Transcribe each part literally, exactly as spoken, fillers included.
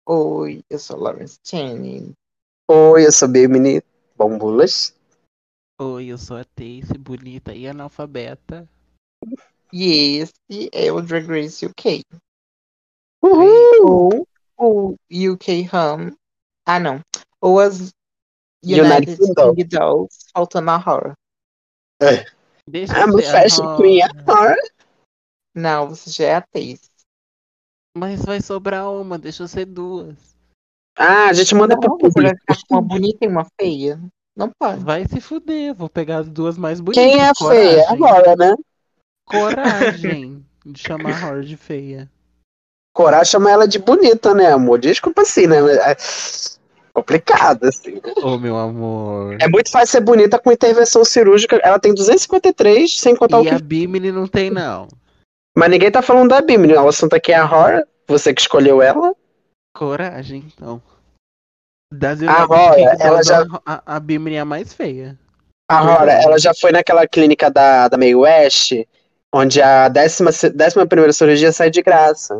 Oi, eu sou Lawrence Channing. Oi, eu sou Bimini Bombulas. Oi, eu sou a Tace, bonita e analfabeta. E esse é o Drag Race U K. Oi, Uhul! Ou o U K Hum. Ah, não. Ou as United United Kingdom. Kingdoms, faltando a Horror. É. deixa eu I'm a ser a fashion queen at Horror. heart. Não, você já é a Tace. Mas vai sobrar uma, deixa eu ser duas. Ah, a gente manda pro Não, você vai público. ficar com uma bonita e uma feia. Não pode. Vai se fuder, vou pegar as duas mais Quem bonitas. é feia? Coragem. Agora, né? Coragem de chamar a Horror de feia. Coragem chama ela de bonita, né, amor? Desculpa assim, né? É complicado, assim. Ô, meu amor. É muito fácil ser bonita com intervenção cirúrgica. Ela tem duzentos e cinquenta e três, sem contar o E que. a Bimini não tem, não. Mas ninguém tá falando da Bimini. O assunto aqui é a Horror. Você que escolheu ela. Coragem, então. Das A United Horror, ela Kingdoms, já a, a, a Bimini é a mais feia. A Rora, ela Perdoa. já foi naquela clínica da, da Mae West, onde a décima, décima primeira cirurgia sai de graça.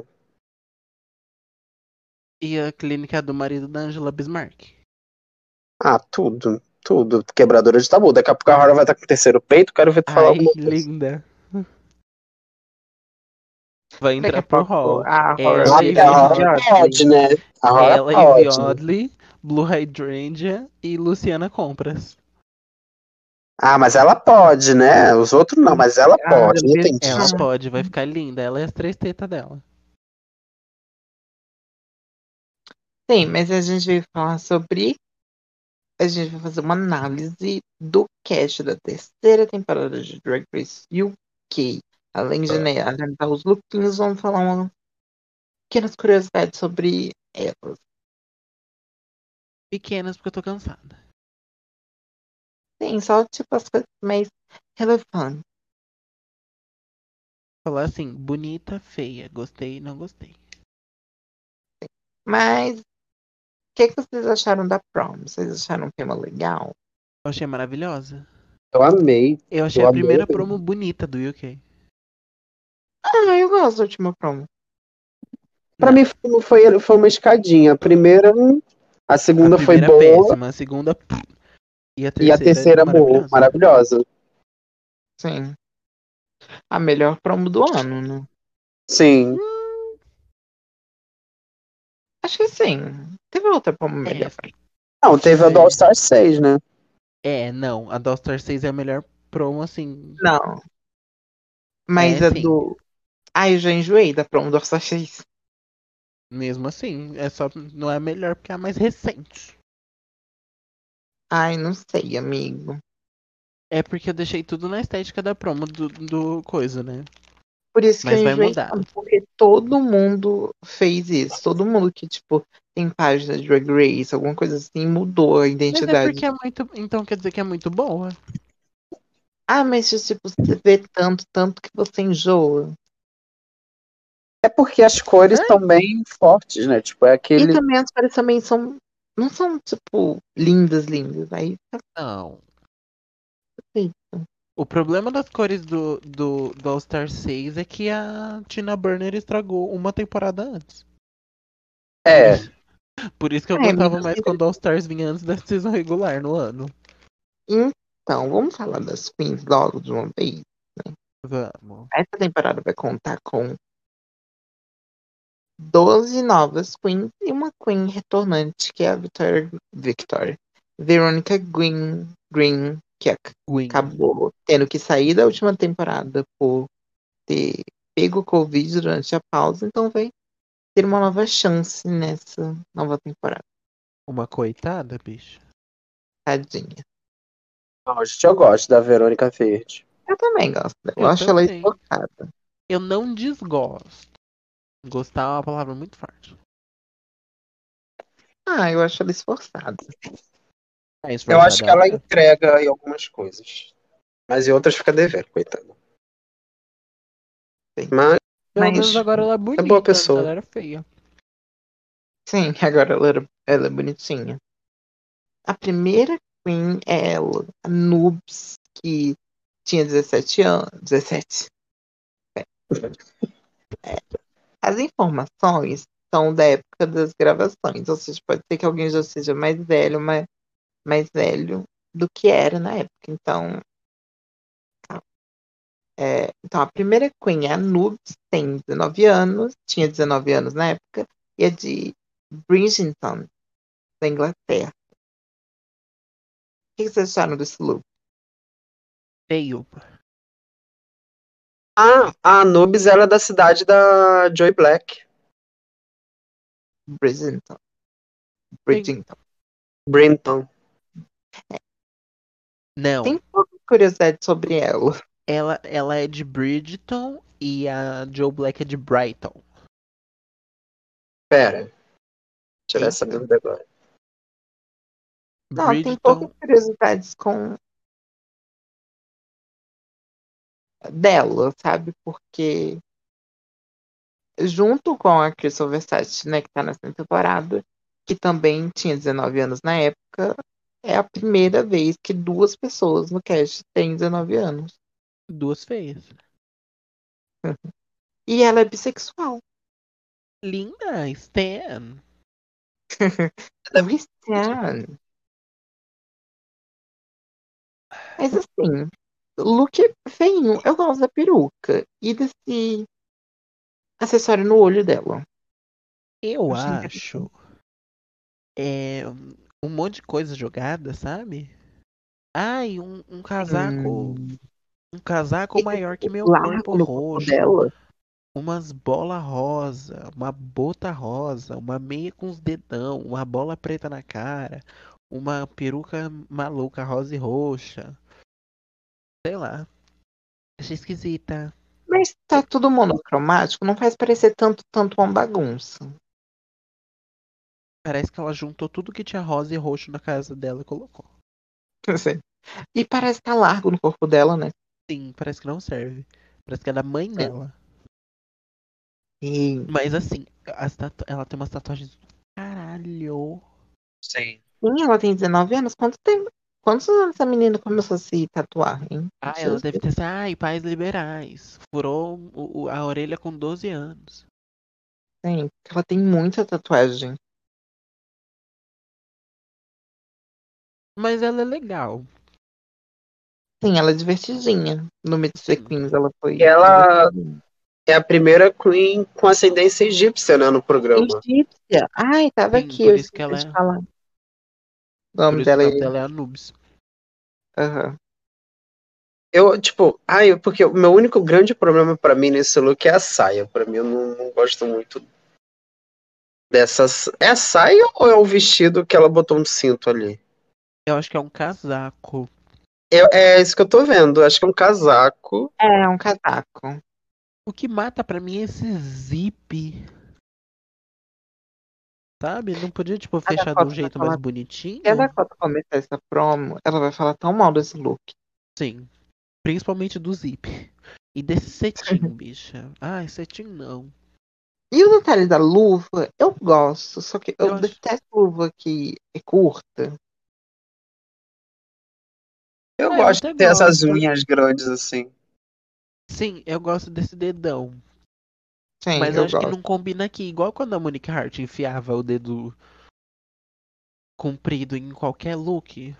E a clínica do marido da Angela Bismarck. Ah, tudo, tudo. Quebradora de tabu. Daqui a pouco a Rora vai estar com o terceiro peito, quero ver tu falar Ai, alguma coisa. linda. Vai Daqui entrar a pro pouco hall. a Horror Ela Ah, e porque a vira Vivi Rora Yardley. pode, né? A Rora Ela e pode. Viodley, Blue Hydrangea e Luciana Compras. Ah, mas ela pode, né? Os outros não, mas ela Ah, pode, não entendi. Ela pode, vai ficar linda. Ela é as três tetas dela. Sim, mas a gente veio falar sobre. A gente vai fazer uma análise do cast da terceira temporada de Drag Race U K. Além de né, analisar os lookinhos, vamos falar uma pequenas curiosidades sobre elas. Pequenas porque eu tô cansada. Sim, só tipo as coisas mais relevantes. Falar assim, bonita, feia. Gostei, não gostei. Mas o que, que vocês acharam da prom? Vocês acharam o tema legal? Eu achei maravilhosa. Eu amei. Eu achei Eu a amei. primeira promo bonita do U K. Ah, eu gosto da última promo. Pra Não, mim foi, foi, foi uma escadinha. A primeira, hum, a a segunda foi primeira boa péssima, a segunda e a e a terceira terceira boa, maravilhosa. maravilhosa. Sim. A melhor promo do ano, né? Sim. Hum, Acho que sim. Teve outra promo é, melhor. Não, teve a do All teve. Star seis, né? É, não, a All Star seis é a melhor promo, assim. Não. Mas É, a sim. do. Ai, eu já enjoei da promo do All-Star seis. Mesmo assim, é só não é a melhor porque é a mais recente. Ai, não sei, amigo. É porque eu deixei tudo na estética da promo do, do coisa, né? Por isso que eu Mas vai enjoei mudar. tanto, porque todo mundo fez isso. Todo mundo que, tipo, tem página de Drag Race, alguma coisa assim, mudou a Mas é identidade. porque é muito. Então quer dizer que é muito boa. Ah, mas tipo, você vê tanto, tanto que você enjoa. É porque as cores É, são bem fortes, né? Tipo, é E aquele. também as cores também são. Não são, tipo, lindas, lindas. Aí tá não. feito. O problema das cores do, do, do All Star seis é que a Tina Burner estragou uma temporada antes. Por É. isso, por isso que eu Ai, gostava amigo, mais quando o All Stars vinha antes da season regular no ano. então, vamos falar das queens logo de uma vez. Vamos. Essa temporada vai contar com doze novas queens e uma queen retornante, que é a Victoria, Victoria. Veronica Green, Green, que ac- Gwen. acabou tendo que sair da última temporada por ter pego o Covid durante a pausa, então vai ter uma nova chance nessa nova temporada. Uma coitada, bicho. Tadinha. Não, gente, eu gosto da Verônica Verde. Eu também gosto dela. Eu Eu acho ela também. esforçada. Eu não desgosto. Gostar é uma palavra muito forte. Ah, eu acho ela esforçada. É Eu acho esforçada que ela ela é. entrega em algumas coisas. Mas em outras fica devendo, coitada. Sim. Mas Pelo menos Mas, agora ela é é boa bonita. Antes ela pessoa. era feia. sim, agora ela, era- ela é bonitinha. A primeira Queen é ela, a Noobs, que tinha dezessete anos. dezessete. É. As informações são da época das gravações. Ou seja, pode ser que alguém já seja mais velho, mais, mais velho do que era na época. Então, é, então a primeira Queen é a Nubes, tem dezenove anos, tinha dezenove anos na época, e é de Bridgerton, da Inglaterra. O que vocês acharam desse look? Feio. Ah, a Anubis era da cidade da Joy Black. Bridgerton. Bridgerton. Brinton. Não. Tem pouca curiosidade sobre ela. Ela, ela é de Bridgeton e a Joe Black é de Brighton. Pera. Tirar Eita. essa dúvida agora. Não, tem Bridgeton. poucas curiosidades com dela, sabe? Porque junto com a Crystal Versace, né, que tá nessa temporada, que também tinha dezenove anos na época, é a primeira vez que duas pessoas no cast têm dezenove anos. Duas feias. E ela é bissexual. Linda, Stan. Christian. Mas assim, look feinho. Eu gosto da peruca e desse acessório no olho dela. Eu Achei acho é um monte de coisa jogada, sabe? Ai, um, um casaco. Hum, Um casaco maior que meu corpo largo no corpo roxo. dela. Umas bola rosa, uma bota rosa, uma meia com os dedão, uma bola preta na cara, uma peruca maluca rosa e roxa. Sei lá. Achei esquisita. Mas tá tudo monocromático, não faz parecer tanto, tanto uma bagunça. Parece que ela juntou tudo que tinha rosa e roxo na casa dela e colocou. Assim. E parece que tá largo no corpo dela, né? Sim, parece que não serve. Parece que é da mãe dela. E, Mas assim, as tatu... ela tem umas tatuagens do caralho. Sim. sim, ela tem dezenove anos. Quanto tempo? Quantos anos essa menina começou a se tatuar, hein? Ah, ela Jesus. deve ter sido, ai, pais liberais. Furou o- o- a orelha com doze anos. Sim, ela tem muita tatuagem. Mas ela é legal. Sim, ela é divertidinha. No Meet the Sim. Queens ela foi E ela divertidinha. é a primeira Queen com ascendência egípcia, né, no programa. Egípcia. Ai, tava Sim, aqui, por eu isso que esqueci ela de é. falar. O Por nome isso que o dela é. nome dela é Anubis. Aham. Eu, tipo, ai, porque o meu único grande problema pra mim nesse look é a saia. Pra mim, eu não, não gosto muito dessas. É a saia ou é o vestido que ela botou um cinto ali? Eu acho que é um casaco. Eu- é isso que eu tô vendo. Acho que é um casaco. É, um casaco. O que mata pra mim é esse zip. Sabe? Não podia, tipo, A fechar de um Dakota vai jeito mais falar. Se a bonitinho? Dakota começar essa promo, ela vai falar tão mal desse look. Sim. Principalmente do zip. E desse cetim, bicha. Ai, cetim não. E o detalhe da luva, eu gosto, só que eu Eu acho. detesto luva que é curta. Eu Ah, eu gosto até de ter essas gosto. unhas grandes assim. Sim, eu gosto desse dedão. Sim, Mas eu eu acho que gosto. não combina aqui. Igual quando a Monique Hart enfiava o dedo comprido em qualquer look.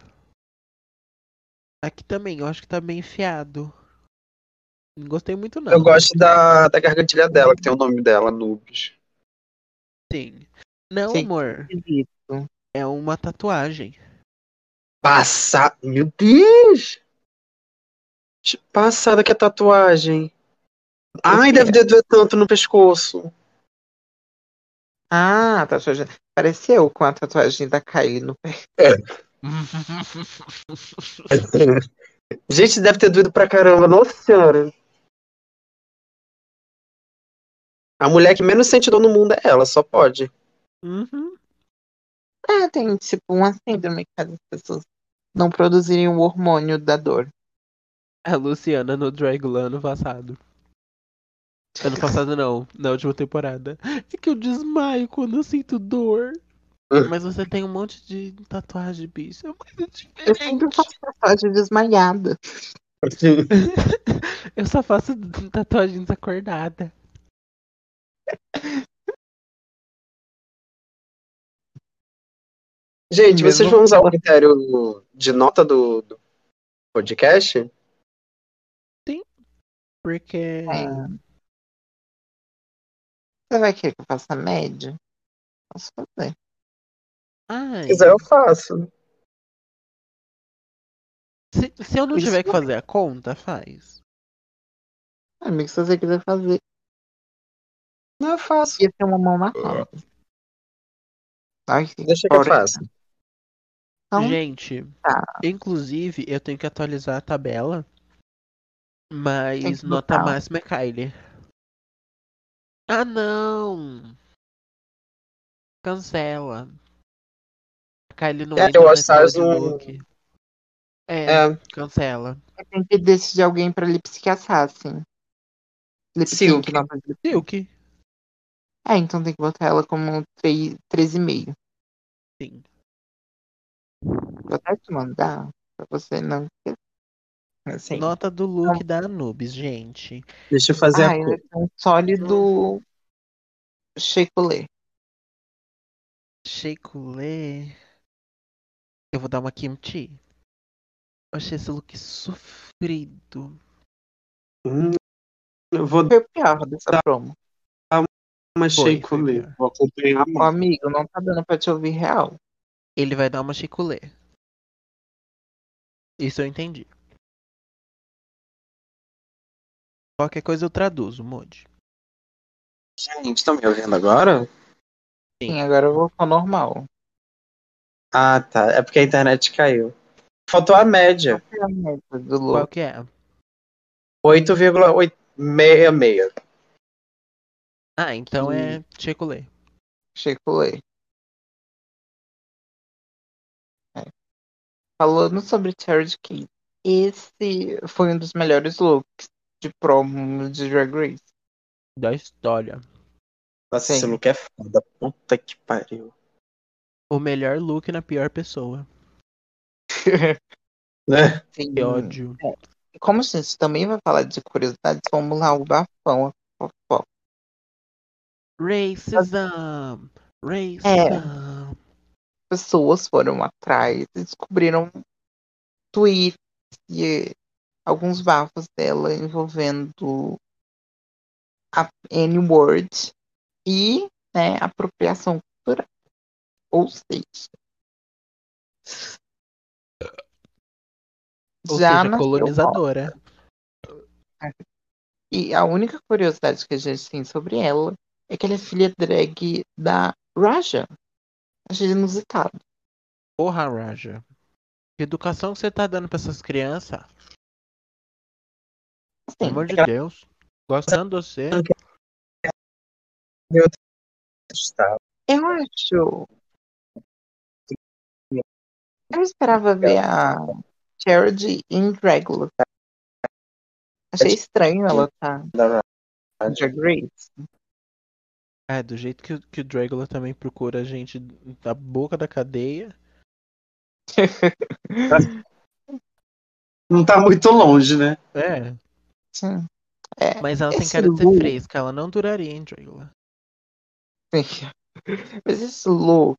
Aqui também, eu acho que tá bem enfiado. Não gostei muito, Eu não. gosto da, da gargantilha dela, que tem o nome dela, Nubes. Sim. Não, Sim, amor. esquisito. É uma tatuagem. Passa. Meu Deus! Passada que é tatuagem. O Ai, quê? deve doer tanto no pescoço. Ah, a tatuagem. Pareceu com a tatuagem da Kylie no pé. É. Gente, deve ter doído pra caramba. Nossa senhora. A mulher que menos sente dor no mundo é ela, só pode. Uhum. É, tem tipo uma síndrome que faz as pessoas não produzirem o hormônio da dor. A Luciana no Dragula ano passado. Ano passado não, na última temporada. É que eu desmaio quando eu sinto dor. Mas você tem um monte de tatuagem, bicho. É muito Eu sempre diferente. faço tatuagem desmaiada. Eu só faço tatuagem desacordada. Gente, vocês Mesmo vão usar o ela- critério de nota do, do podcast? Porque. É. Você vai querer que eu faça média? Posso fazer. Se Ai. quiser, eu faço. Se, se eu não Isso, tiver que fazer a conta, faz. amigo, se você quiser fazer, Não, eu faço. ia ter uma mão na roda. Ai, que Deixa que eu porca. faço. Então, Gente, tá. inclusive, eu tenho que atualizar a tabela, Tem mas que nota botar. máxima é Kylie. Ah, não! Cancela. A Kylie não É, entra o All na escala Stars de não. look. É, É, cancela. Tem que decidir alguém pra lip sync assassin. Lip sync, Silk. nota de lip sync. Silk. É, então tem que botar ela como três vírgula cinco. Sim. Vou até te mandar pra você não esquecer. Assim. Nota do look Então, da Anubis, gente. Deixa eu fazer a ai, vai conta. ser um sólido Shecolê. Sheikulé. Eu vou dar uma kimchi. Eu achei esse look sofrido. Hum, eu vou Foi o pior dessa promo. dar uma Foi, foi Sheikulé. pior. Vou acompanhar Ô, mais. amigo, não tá dando pra te ouvir real. Ele vai dar uma Sheikulé. Isso eu entendi. Qualquer coisa eu traduzo, Modi. Gente, estão me ouvindo agora? Sim. Sim, agora eu vou com o normal. Ah, tá. É porque a internet caiu. Faltou a média. Qual que é a meta do Qual look? que é? oito vírgula oito seis seis. Ah, então Que é Sheikulé. Shecolê. É. Falando sobre Charity Kate, esse foi um dos melhores looks de promo de Drag Race. Da história. Nossa, esse Sim. look é foda. Puta que pariu. O melhor look na pior pessoa. Né? Sim. Que ódio. É. Como a gente também vai falar de curiosidades, vamos lá, o bafão, a fofoca. Racism! É, Racism! pessoas foram atrás e descobriram tweets e alguns bafos dela envolvendo a N-word e, né, apropriação cultural. Ou seja, Ou já seja, nasceu morta. colonizadora. E a única curiosidade que a gente tem sobre ela é que ela é filha drag da Raja. Achei inusitado. Porra, Raja. Que educação que você tá dando pra essas crianças? Pelo Assim, amor de Deus. Gostando de você. Meu Deus, tá. eu acho. Eu esperava ver a Charity em Dragula. Achei estranho ela estar em Drag Race. É, do jeito que, o- que o Dragula também procura a gente da boca da cadeia. Não tá muito longe, né? É. Sim. É, Mas ela tem esse cara de ser look. fresca. Ela não duraria em Dragula. Mas esse look.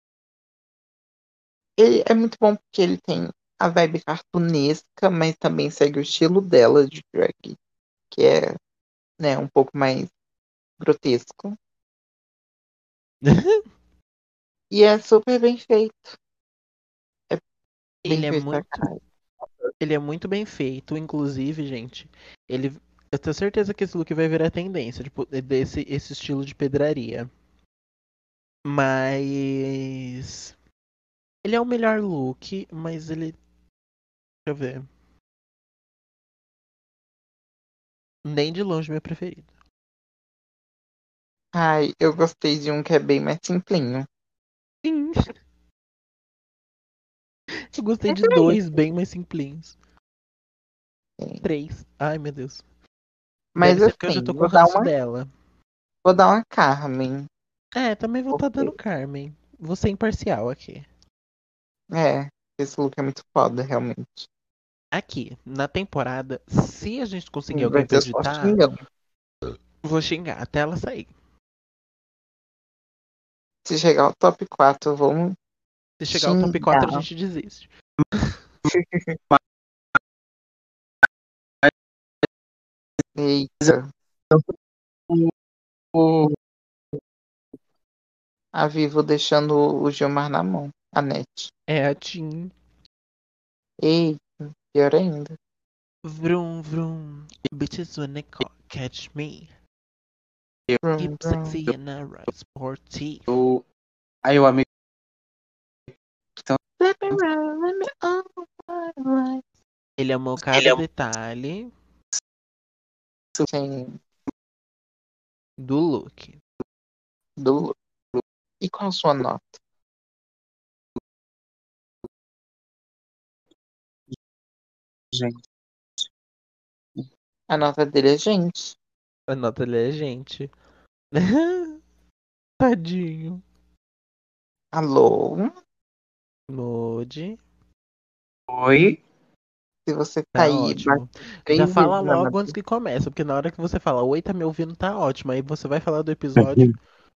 Ele é muito bom porque ele tem a vibe cartunesca, mas também segue o estilo dela de drag, que é, né, um pouco mais grotesco. E é super bem feito. É bem Ele é feito a muito. cara. Ele é muito bem feito. Inclusive, gente, ele. Eu tenho certeza que esse look vai virar tendência, tipo, desse esse estilo de pedraria. Mas. Ele é o melhor look, mas ele. Deixa eu ver. Nem de longe meu preferido. Ai, eu gostei de um que é bem mais simplinho. Sim. Eu gostei É de por aí. dois bem mais simplinhos. Sim. Três. Ai, meu Deus. Deve Mas ser porque eu já assim, tô com vou dar ranço uma, dela. vou dar uma Carmen. É, também vou estar Porque, dando Carmen. Vou ser imparcial aqui. é, esse look é muito foda, realmente. Aqui, na temporada, se a gente conseguir Sim, vai alguém pra ser só editar, xingão. vou xingar até ela sair. Se chegar ao top quatro, vamos Se chegar ao top quatro, a Xingar. gente desiste. Eita. O- A Vivo deixando o Gilmar na mão. A Net. É a Tim. Eita. Pior ainda. Vrum, vrum. Bitches when they ca- catch me. Brum, Keep brum. sexy and I ride sporty. o- Aí o amigo. Let me run, let me on my life. Ele amou Ele cada é detalhe Sim. do look. Do... E qual a sua nota? gente. A nota dele é gente. A nota dele é gente. Tadinho. Alô? Mode. Oi. Se você Tá cair, bate ótimo. Já três fala vezes na logo antes madeira. que começa, porque na hora que você fala, oi, tá me ouvindo, tá ótimo. Aí você vai falar do episódio.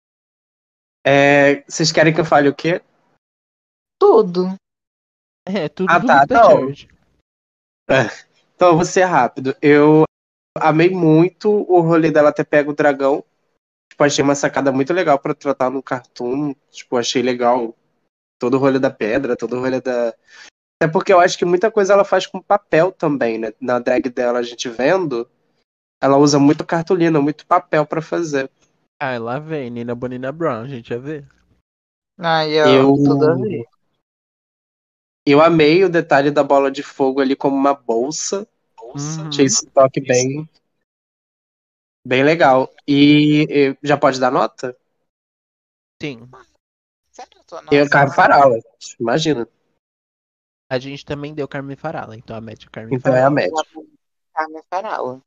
É, vocês querem que eu fale o quê? Tudo. É, tudo Ah, do tá. look da Não. Church. Então eu vou ser rápido. Eu amei muito o rolê dela ter pego o dragão. Tipo, achei uma sacada muito legal pra tratar no cartoon. Tipo, achei legal todo o rolê da pedra, todo o rolê da. Até porque eu acho que muita coisa ela faz com papel também, né? Na drag dela, a gente vendo, ela usa muito cartolina, muito papel pra fazer. Ah, lá vem, Nina Bonina Brown, a gente já vê. Aí, ó, Eu, tudo a ver. eu amei o detalhe da bola de fogo ali como uma bolsa. Achei Uhum. esse toque bem, bem legal. E, e já pode dar nota? Sim. Sério, tua Eu, nota? Carmen Farala, imagina. A gente também deu Carmen Farala, então a média é Carmen Então é a Farala. média. Carmen Farala.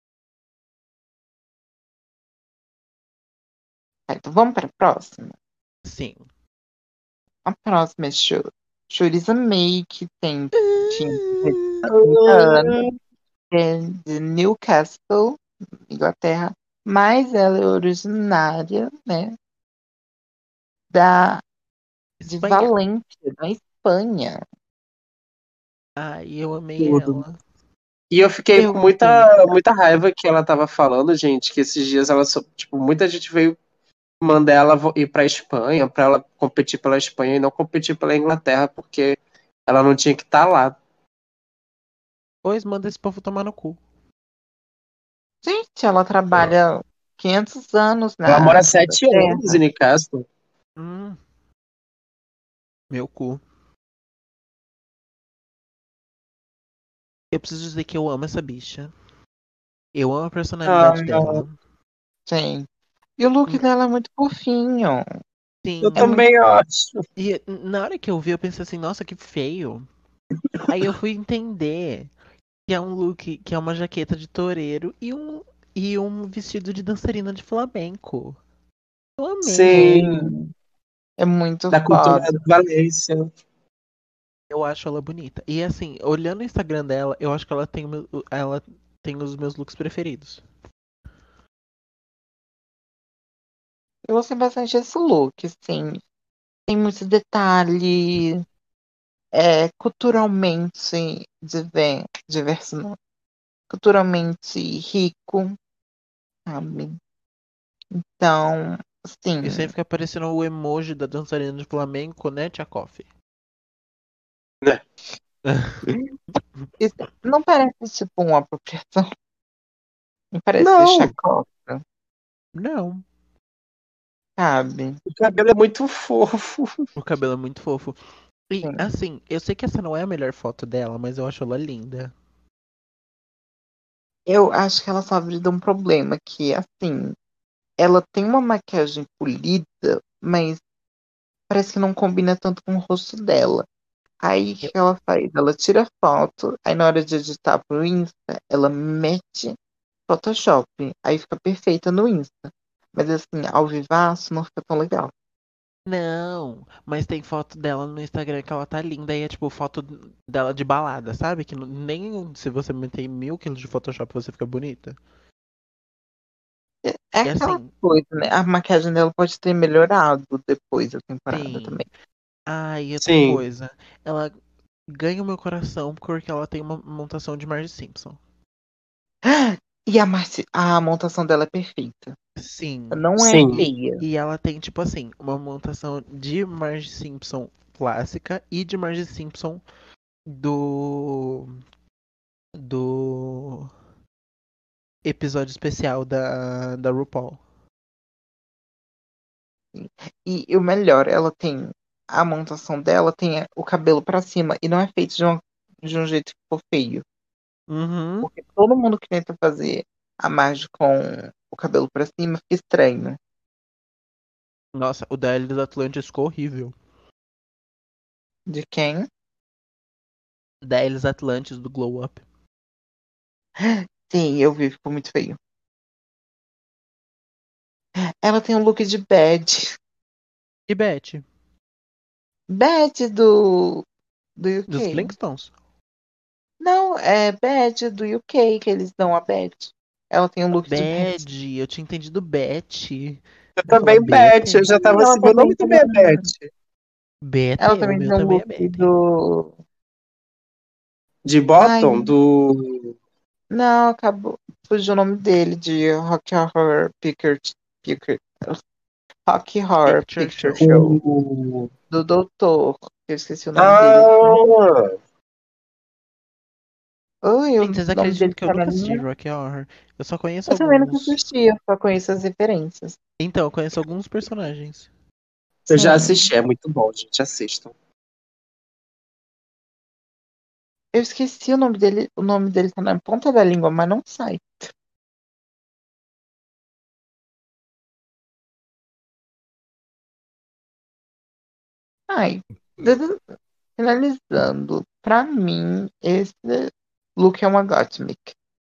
Tá, então vamos para a próxima. Sim. A próxima é Shur- Shuriza May, que tem tinha trinta anos, é de Newcastle, Inglaterra, mas ela é originária, né, da, de Espanha. Valência, na Espanha. Ai, eu amei Tudo. ela. E eu fiquei Eu com também. muita, muita raiva que ela tava falando, gente, que esses dias ela, só- tipo, muita gente veio mandar ela vo- ir pra Espanha, pra ela competir pela Espanha e não competir pela Inglaterra, porque ela não tinha que estar lá. Pois manda esse povo tomar no cu. Gente, ela trabalha quinhentos anos Ela na mora sete anos em Inglaterra. Newcastle. Hum, meu cu. Eu preciso dizer que eu amo essa bicha. Eu amo a Ah, personalidade dela. Sim. E o look Hum, dela é muito fofinho. eu É Sim. muito. também acho. E na hora que eu vi, eu pensei assim, nossa, que feio. Aí eu fui entender que é um look, que é uma jaqueta de toureiro e um, e um vestido de dançarina de flamenco. Eu amei. Sim, Sim. É muito da cultura foda. de Valência. Eu acho ela bonita. E assim, olhando o Instagram dela, eu acho que ela tem, o meu- ela tem os meus looks preferidos. Eu gostei bastante desse look, assim. Tem muito detalhe. É culturalmente diver- diverso, não. Culturalmente rico, sabe? Então, E assim, sempre fica aparecendo o emoji da dançarina de flamenco, né, Tchakov? Né? isso não parece tipo uma apropriação, não parece Não, chacota, Não. sabe? o cabelo é muito fofo. O cabelo é muito fofo. E Sim. assim, eu sei que essa não é a melhor foto dela, mas eu acho ela linda. Eu acho que ela sofre de um problema que, assim, ela tem uma maquiagem polida, mas parece que não combina tanto com o rosto dela. Aí o que Eu- que ela faz? Ela tira foto, aí na hora de editar pro Insta, ela mete Photoshop. Aí fica perfeita no Insta. Mas assim, ao vivaço não fica tão legal. Não, mas tem foto dela no Instagram que ela tá linda e é tipo foto dela de balada, sabe? Que não- nem se você meter mil quilos de Photoshop você fica bonita. É é E aquela assim, coisa, né? A maquiagem dela pode ter melhorado depois da temporada sim. também. Ah, e outra Sim, coisa. Ela ganha o meu coração porque ela tem uma montação de Marge Simpson. E a, Marci... a montação dela é perfeita. Sim. Não é sim. feia. E ela tem, tipo assim, uma montação de Marge Simpson clássica e de Marge Simpson do. Do episódio especial da, da RuPaul. E, e o melhor, ela tem a montação dela, tem o cabelo pra cima e não é feito de, uma- de um jeito que ficou feio. Uhum. Porque todo mundo que tenta fazer a Marge com o cabelo pra cima fica estranho. Nossa, o da Ilha do Atlantis ficou horrível. De quem? Da Ilha Atlantis do Glow Up. Sim, eu vi, ficou muito feio. Ela tem um look de Bad. E Betty, Bad do, do dos U K. Flintstones. Não, é Bad do U K que eles dão a Bad. Ela tem um look de Bad. Bad, eu tinha entendido Betty. Eu Eu ia falar também, Beth. Eu Betty. já tava E ela assim. Meu nome também tem também é Beth. um, ela Betty, o também meu tem um também look é Betty. do. De Ai, Bottom, do. não, acabou. Fugiu o nome dele, de Rock Horror Picture, Picture, Rock Horror Picture Picture Show. Show. o... Do Doutor. Eu esqueci o nome dele. Ah! Oi, o Gente, vocês nome acreditam dele que eu tá na nunca assisti minha. Rocky Horror? Eu só conheço Eu também nunca alguns. assisti, eu só conheço as referências. Então, eu conheço alguns personagens. Eu já Sim. assisti, é muito bom, gente. Assistam. Eu esqueci o nome dele. O nome dele tá na ponta da língua, mas não sai. Ai, dando- finalizando. Pra mim, esse look é uma Gottmik.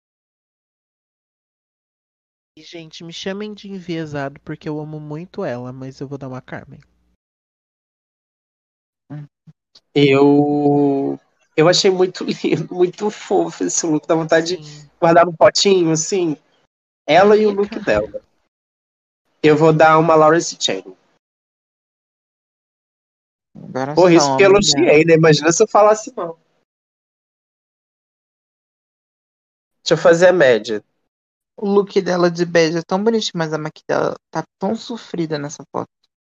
E, gente, me chamem de enviesado porque eu amo muito ela, mas eu vou dar uma Carmen. Eu. Eu achei muito lindo, muito fofo esse look. Dá vontade de Sim. guardar no potinho, assim. Ela e o look Amiga. dela. Eu vou dar uma Lawrence Channing. Agora Por isso só, que eu elogiei, amiga. né? Imagina se eu falasse não. Deixa eu fazer a média. O look dela de bege é tão bonitinho, mas a maquiagem dela tá tão sofrida nessa foto.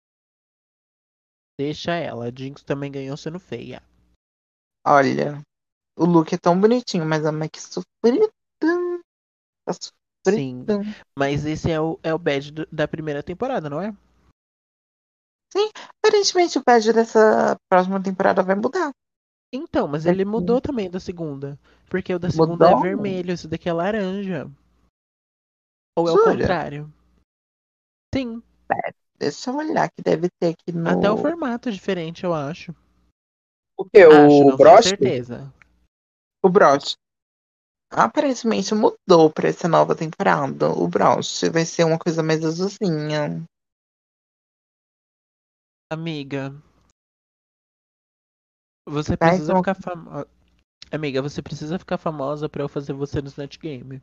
Deixa ela. A Jinx também ganhou sendo feia. Olha, o look é tão bonitinho, mas a maquiagem sofrida. Tá Sim. sofrida. Mas esse é o, é o badge do- da primeira temporada, não é? Sim, aparentemente o badge dessa próxima temporada vai mudar. Então, mas Vai ele ser- mudou também da segunda. Porque o da segunda é Mudou? vermelho, esse daqui é laranja. Ou é o Jura? contrário? Sim. Deixa eu olhar que deve ter aqui Até o no. formato é diferente, eu acho. O quê? Acho, O não tenho broche? certeza. O broche. Aparentemente mudou pra essa nova temporada. O broche vai ser uma coisa mais azulzinha. Amiga, você Vai ser precisa uma... ficar famosa. Amiga, você precisa ficar famosa pra eu fazer você no Snatch Game.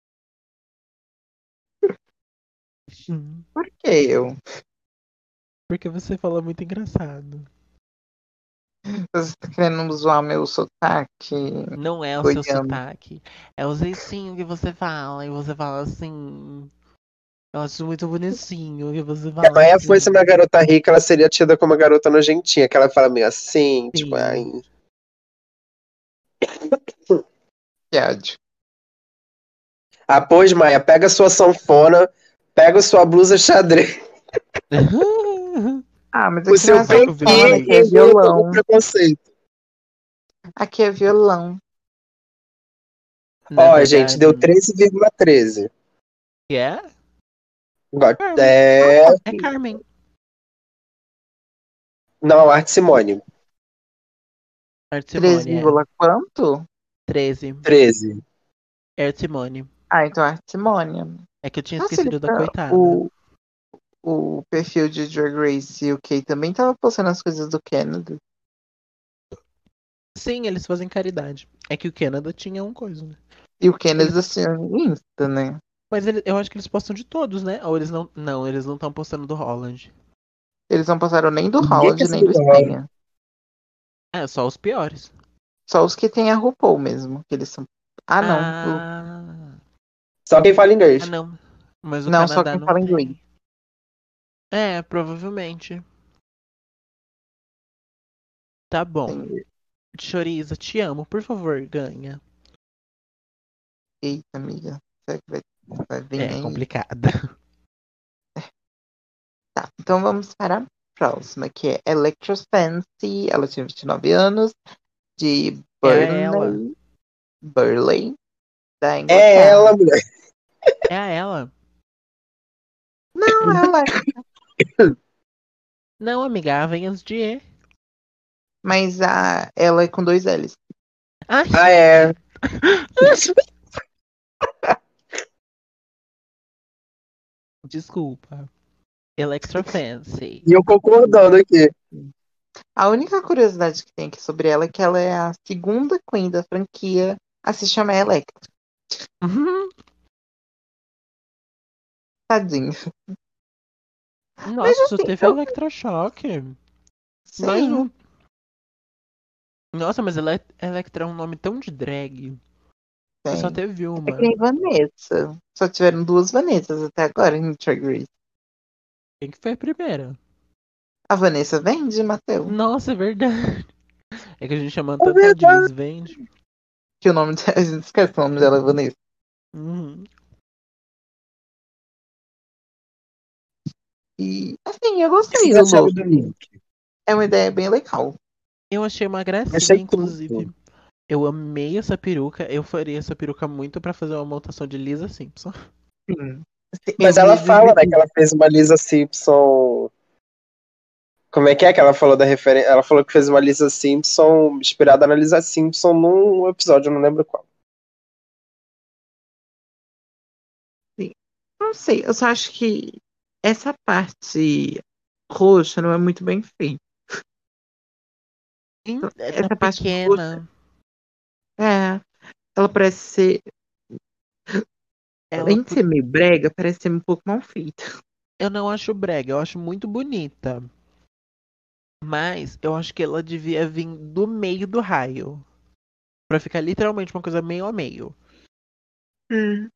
Hum, Por que eu? Porque você fala muito engraçado. Você tá querendo zoar meu sotaque Não é o seu goiano? sotaque. É o jeitinho que você fala. E você fala assim. Eu acho muito bonitinho que você Se a fala Maia fosse assim. uma garota rica, ela seria tida como uma garota nojentinha, que ela fala meio assim, tipo, ai. Sim. Que ódio. Ah, pois, Maia, pega sua sanfona, pega sua blusa xadrez, Ah, mas o aqui não seu é Vai combinar sanfona, aqui pentinho comigo? é e o, o violão. preconceito. Aqui é violão. Na Ó, gente, deu verdade. treze vírgula treze. Que é? Agora, Carmen. é. É Carmen. Não, Arte Simone. Art três Simone, é. vírgula quanto? treze. treze. Art Simone. Ah, então é Artimônia. É que eu tinha Nossa, ele esquecido da tá... coitada. o, o perfil de Drag Race U K também tava postando as coisas do Canada. Sim, eles fazem caridade. É que o Canadá tinha um coisa, né? E o Canada, Eles... assim, Insta, né? Mas ele- eu acho que eles postam de todos, né? Ou eles não. Não, eles não estão postando do Holland. Eles não passaram nem do Ninguém Howard, quer nem saber do do Howard. Stenya. É, só os piores. Só os que tem a RuPaul mesmo. Que eles são. Ah, não. O- Ah, Só quem fala ah, inglês. não. Mas o Não, só Canadá quem não fala inglês. tem. É, provavelmente. Tá bom. Tem- Choriza, te amo. Por favor, ganha. Eita, amiga. Será que vai, vai vir É aí? complicada. Tá. Então vamos para a próxima, que é Electra Fancy. Ela tinha vinte e nove anos. De É a ela. Burnley. Burley. Da É Inglaterra. ela, mulher. É a ela. Não, ela. Não, amiga, A vem antes de E. Mas a, ela é com dois L's. Ai, Ah, é. desculpa. Electra Fancy. E eu concordando aqui. A única curiosidade que tem aqui sobre ela é que ela é a segunda Queen da franquia a se chamar Electra. Uhum. Tadinho. Mas Nossa, só assim, teve eu Electroshock. Mais sim, um. Nossa, mas Ele- Electra é um nome tão de drag. E só tem. teve É que uma. nem Vanessa. Só tiveram duas Vanessas até agora em Drag Race. Quem que foi a primeira? A Vanessa vende, Matheus. Nossa, é verdade. É que a gente chamando É tanta de verdade. Miss Vende. Que o nome de... A gente esquece o nome dela, Vanessa. Uhum. E assim, eu O que gostei vocês do acharam look. do look? É uma ideia bem legal. Eu achei uma Achei gracinha, inclusive. tudo. Eu amei essa peruca. Eu faria essa peruca muito pra fazer uma montação de Lisa Simpson. Sim. Assim, Mas eu vi ela os fala, né, que vídeos. ela fez uma Lisa Simpson. Como é que é que ela falou da referência? Ela falou que fez uma Lisa Simpson inspirada na Lisa Simpson num episódio, eu não lembro qual. Não sei, eu só acho que essa parte roxa não é muito bem feita. Em- é, Tá Essa parte roxa, pequena. é, ela parece ser, Ela. além de po- ser meio brega, parece ser um pouco mal feita. Eu não acho brega, eu acho muito bonita. Mas eu acho que ela devia vir do meio do raio. Pra ficar literalmente uma coisa meio a meio. Hum.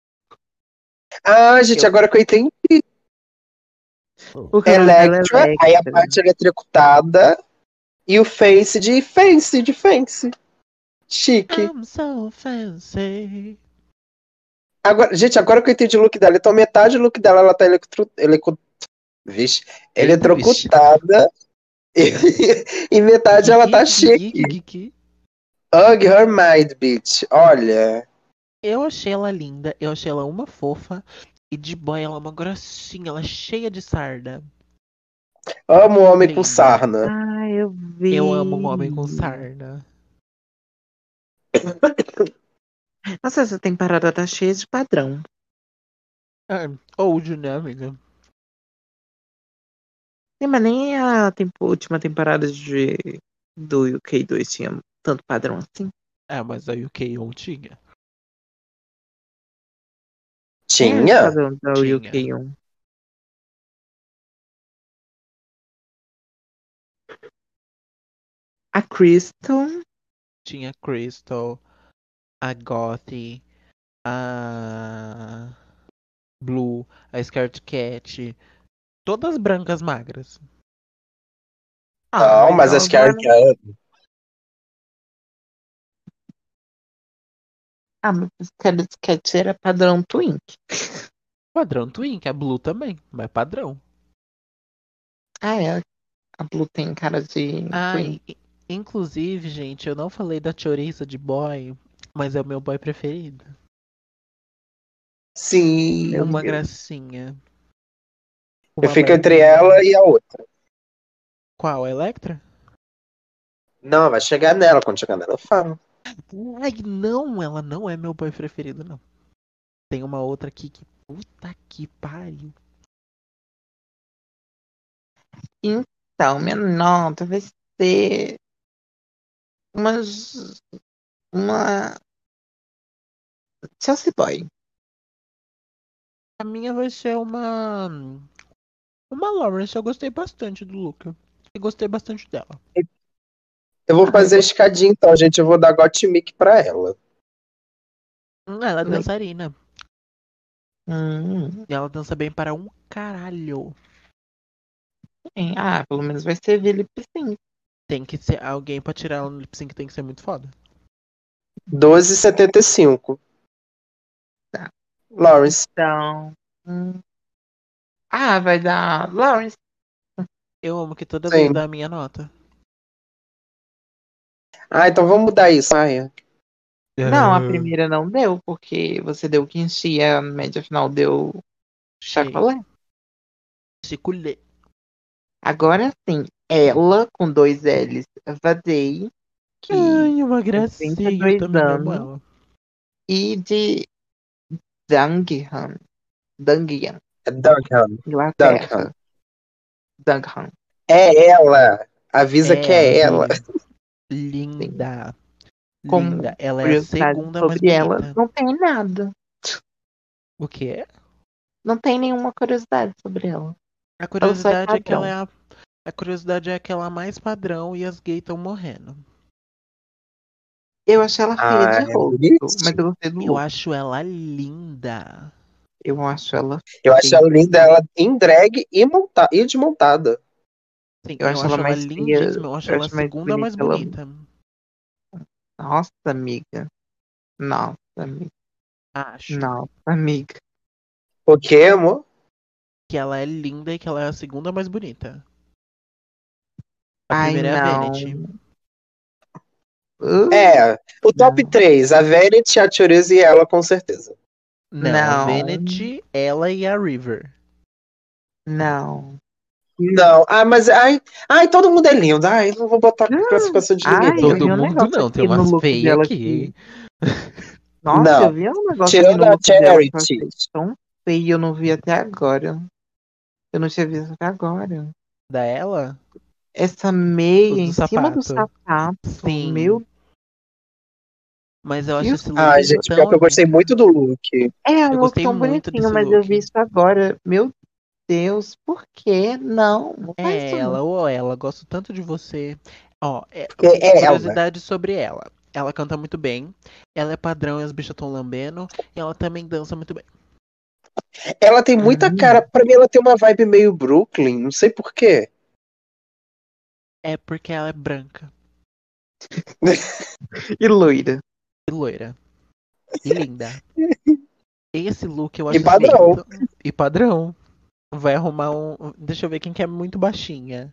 Ah, gente, Eu. agora que eu entendi. Porque o nome dela é Electra, aí a Electra. parte eletrocutada e o face de face, de face. Chique. I'm so fancy. Agora, gente, agora que eu entendi o look dela, então metade do look dela ela tá electro, eleco, vixe, Eita, bicho. eletrocutada e, e metade ela Kiki, tá kiki, chique. kiki. Hug her mind, bitch. Olha. Eu achei ela linda, eu achei ela uma fofa. E de boy ela é uma grossinha, ela é cheia de sarda. Amo homem com Linda. sarna. Ah, eu Eu amo um homem com vi. sarda. Nossa, essa temporada tá cheia de padrão. Ah, old, né, amiga? Sim, mas nem a tempo- última temporada de, do U K dois tinha tanto padrão assim. É, mas a U K um tinha. Quem era o Tinha? padrão da Tinha. U K um? A Crystal. Tinha Crystal, a Gothi, a Blue, a Scarlet Cat. Todas brancas magras. Ah, Não, mas mas elas acho que não a eram. Arcana. Ah, mas Scarlet Cat era padrão Twink. Padrão Twink, a Blue também, mas padrão. Ah, é. A Blue tem cara de Twink. Ai, i- inclusive, gente, eu não falei da Choriza de boy, mas é o meu boy preferido. Meu Sim. Uma Deus. gracinha. Eu Uma fico entre maravilhinha. ela e a outra. Qual? A Electra? Não, vai chegar nela. Quando chegar nela, eu falo. Ai, não, ela não é meu boy preferido, não. Tem uma outra aqui que puta que pariu. Então, minha nota vai ser umas, uma Chelsea Boy. A minha vai ser uma Uma Lawrence, eu gostei bastante do look. Eu gostei bastante dela. Eu vou Ah, fazer a eu escadinha então, gente. Eu vou dar Gottmik pra ela. Hum, Ela é gostei. dançarina. Hum, E ela dança bem para um caralho. sim. Ah, pelo menos vai servir lip sync. Tem que ser alguém pra tirar ela no lip sync, tem que ser muito foda. doze e setenta e cinco. Tá. Lawrence. Então. hum, Ah, vai dar Lawrence. Eu amo que toda vez Sim. dá a minha nota. Ah, então vamos mudar isso, Maia. Não, a Ah, primeira não deu, porque você deu quinche e a média final deu Achei. sacolé. Chiculé. Agora sim, ela com dois L's, Vadei, que Ai, uma tem trinta e gracinha. Eu dois também amo anos, ela. e de Dunham, Dunham, É Duncan. Duncan. Inglaterra. Dunham, É ela. Avisa que É, é ela. li- sim. linda. Linda. Como Ela é a curiosidade segunda mais sobre ela, bonita. não tem nada. O quê? Não tem nenhuma curiosidade sobre ela. A Ela só é curiosidade é que ela padrão. é a. A curiosidade é que ela é a mais padrão e as gays estão morrendo. Eu achei ela feia Ah, de é rosto, mas eu bonitinho. gostei do Eu look. acho ela linda. Eu acho ela Eu acho feia. ela linda, ela em drag e, monta e desmontada. Sim, Eu eu acho ela acho ela mais feia. lindíssima. Eu acho Eu ela a acho mais segunda bonita mais ela. bonita. Nossa, amiga. Nossa, amiga. Acho Nossa, amiga. O quê, amor? que ela é linda e que ela é a segunda mais bonita. A Ai, primeira é a não. Vanity. Uh, É, o top não. três, a Verity, a Chorizo e ela, com certeza. Não, a Não. Vanity, ela e a River. Não. Não, ah, mas ai, ai, todo mundo é lindo. Ai, não vou botar Hum, classificação de ninguém, Ai, eu não. vi Todo um mundo negócio não, tem aqui no umas look feias dela aqui. que. Nossa, eu Não. vi um negócio aqui Tirando no a look dela que eu Charity. achei tão feio e eu não vi até agora. Eu não tinha visto até agora. Da ela? Essa O meia do em cima do sapato. sapato. Sim. Meu Mas eu acho Deus. esse look Ai, gente, pior tão que eu gostei lindo. muito do look. É Eu um look gostei tão muito bonitinho, desse mas eu look. vi isso agora. Meu Deus, por quê? Não, não faz É isso não. ela ou ela, gosto tanto de você. Ó, é- É, é ela. curiosidade sobre ela. Ela canta muito bem, ela é padrão e as bichas estão lambendo, e ela também dança muito bem. Ela tem muita cara, Hum, pra mim ela tem uma vibe meio Brooklyn, não sei por quê. É porque ela é branca e loira. e loira e linda. Esse look eu E acho assim. padrão. t- E padrão. Vai arrumar um. Deixa eu ver quem que é muito baixinha.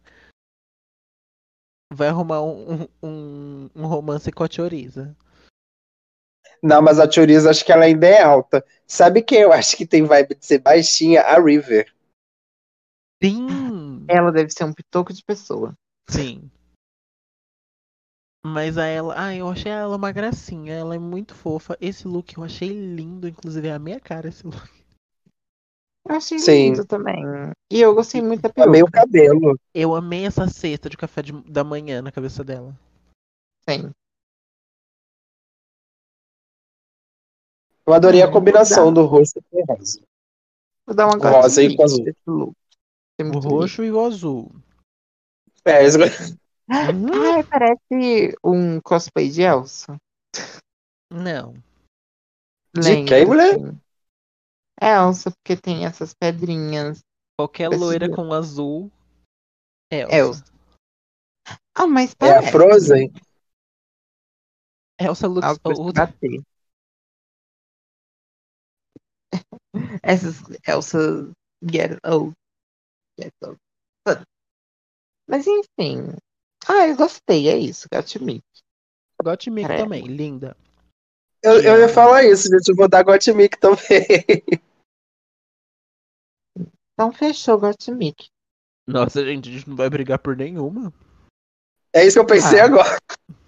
Vai arrumar um, um, um um romance com a Choriza. Não, mas a Chorizo acho que ela ainda é alta. Sabe quem eu acho que tem vibe de ser baixinha? A River. Sim! Ela deve ser um pitoco de pessoa. Sim. Mas a ela. Ah, eu achei ela uma gracinha. Ela é muito fofa. Esse look eu achei lindo. Inclusive é a minha cara esse look. Eu achei Sim. lindo também. E eu gostei E muito da Amei o peruca. cabelo. eu amei essa cesta de café de- da manhã na cabeça dela. Sim. Eu adorei a Hum, vou combinação dar, do rosto com o rosa. vou dar uma Rosa e gotinha com azul. desse look. É O muito lindo. roxo e o azul. É, isso- Uhum. Ai, parece um cosplay de Elsa. Não. de quem, Lembra, mulher? sim. É Elsa, porque tem essas pedrinhas. Qualquer Esse loira com azul, Elsa. Elsa. Ah, mas É a parece. Frozen? Elsa looks Algo pra se old. bater. Essas Elsa get old. Get old. Mas enfim. Ah, eu gostei, é isso. Gatchumi. Gottmik Credo. também, linda. Eu, Te eu ia amo. falar isso, gente. Eu vou dar Gottmik também. Então fechou, Gatchumi. Nossa, gente, a gente não vai brigar por nenhuma. É isso que eu pensei Ah, agora.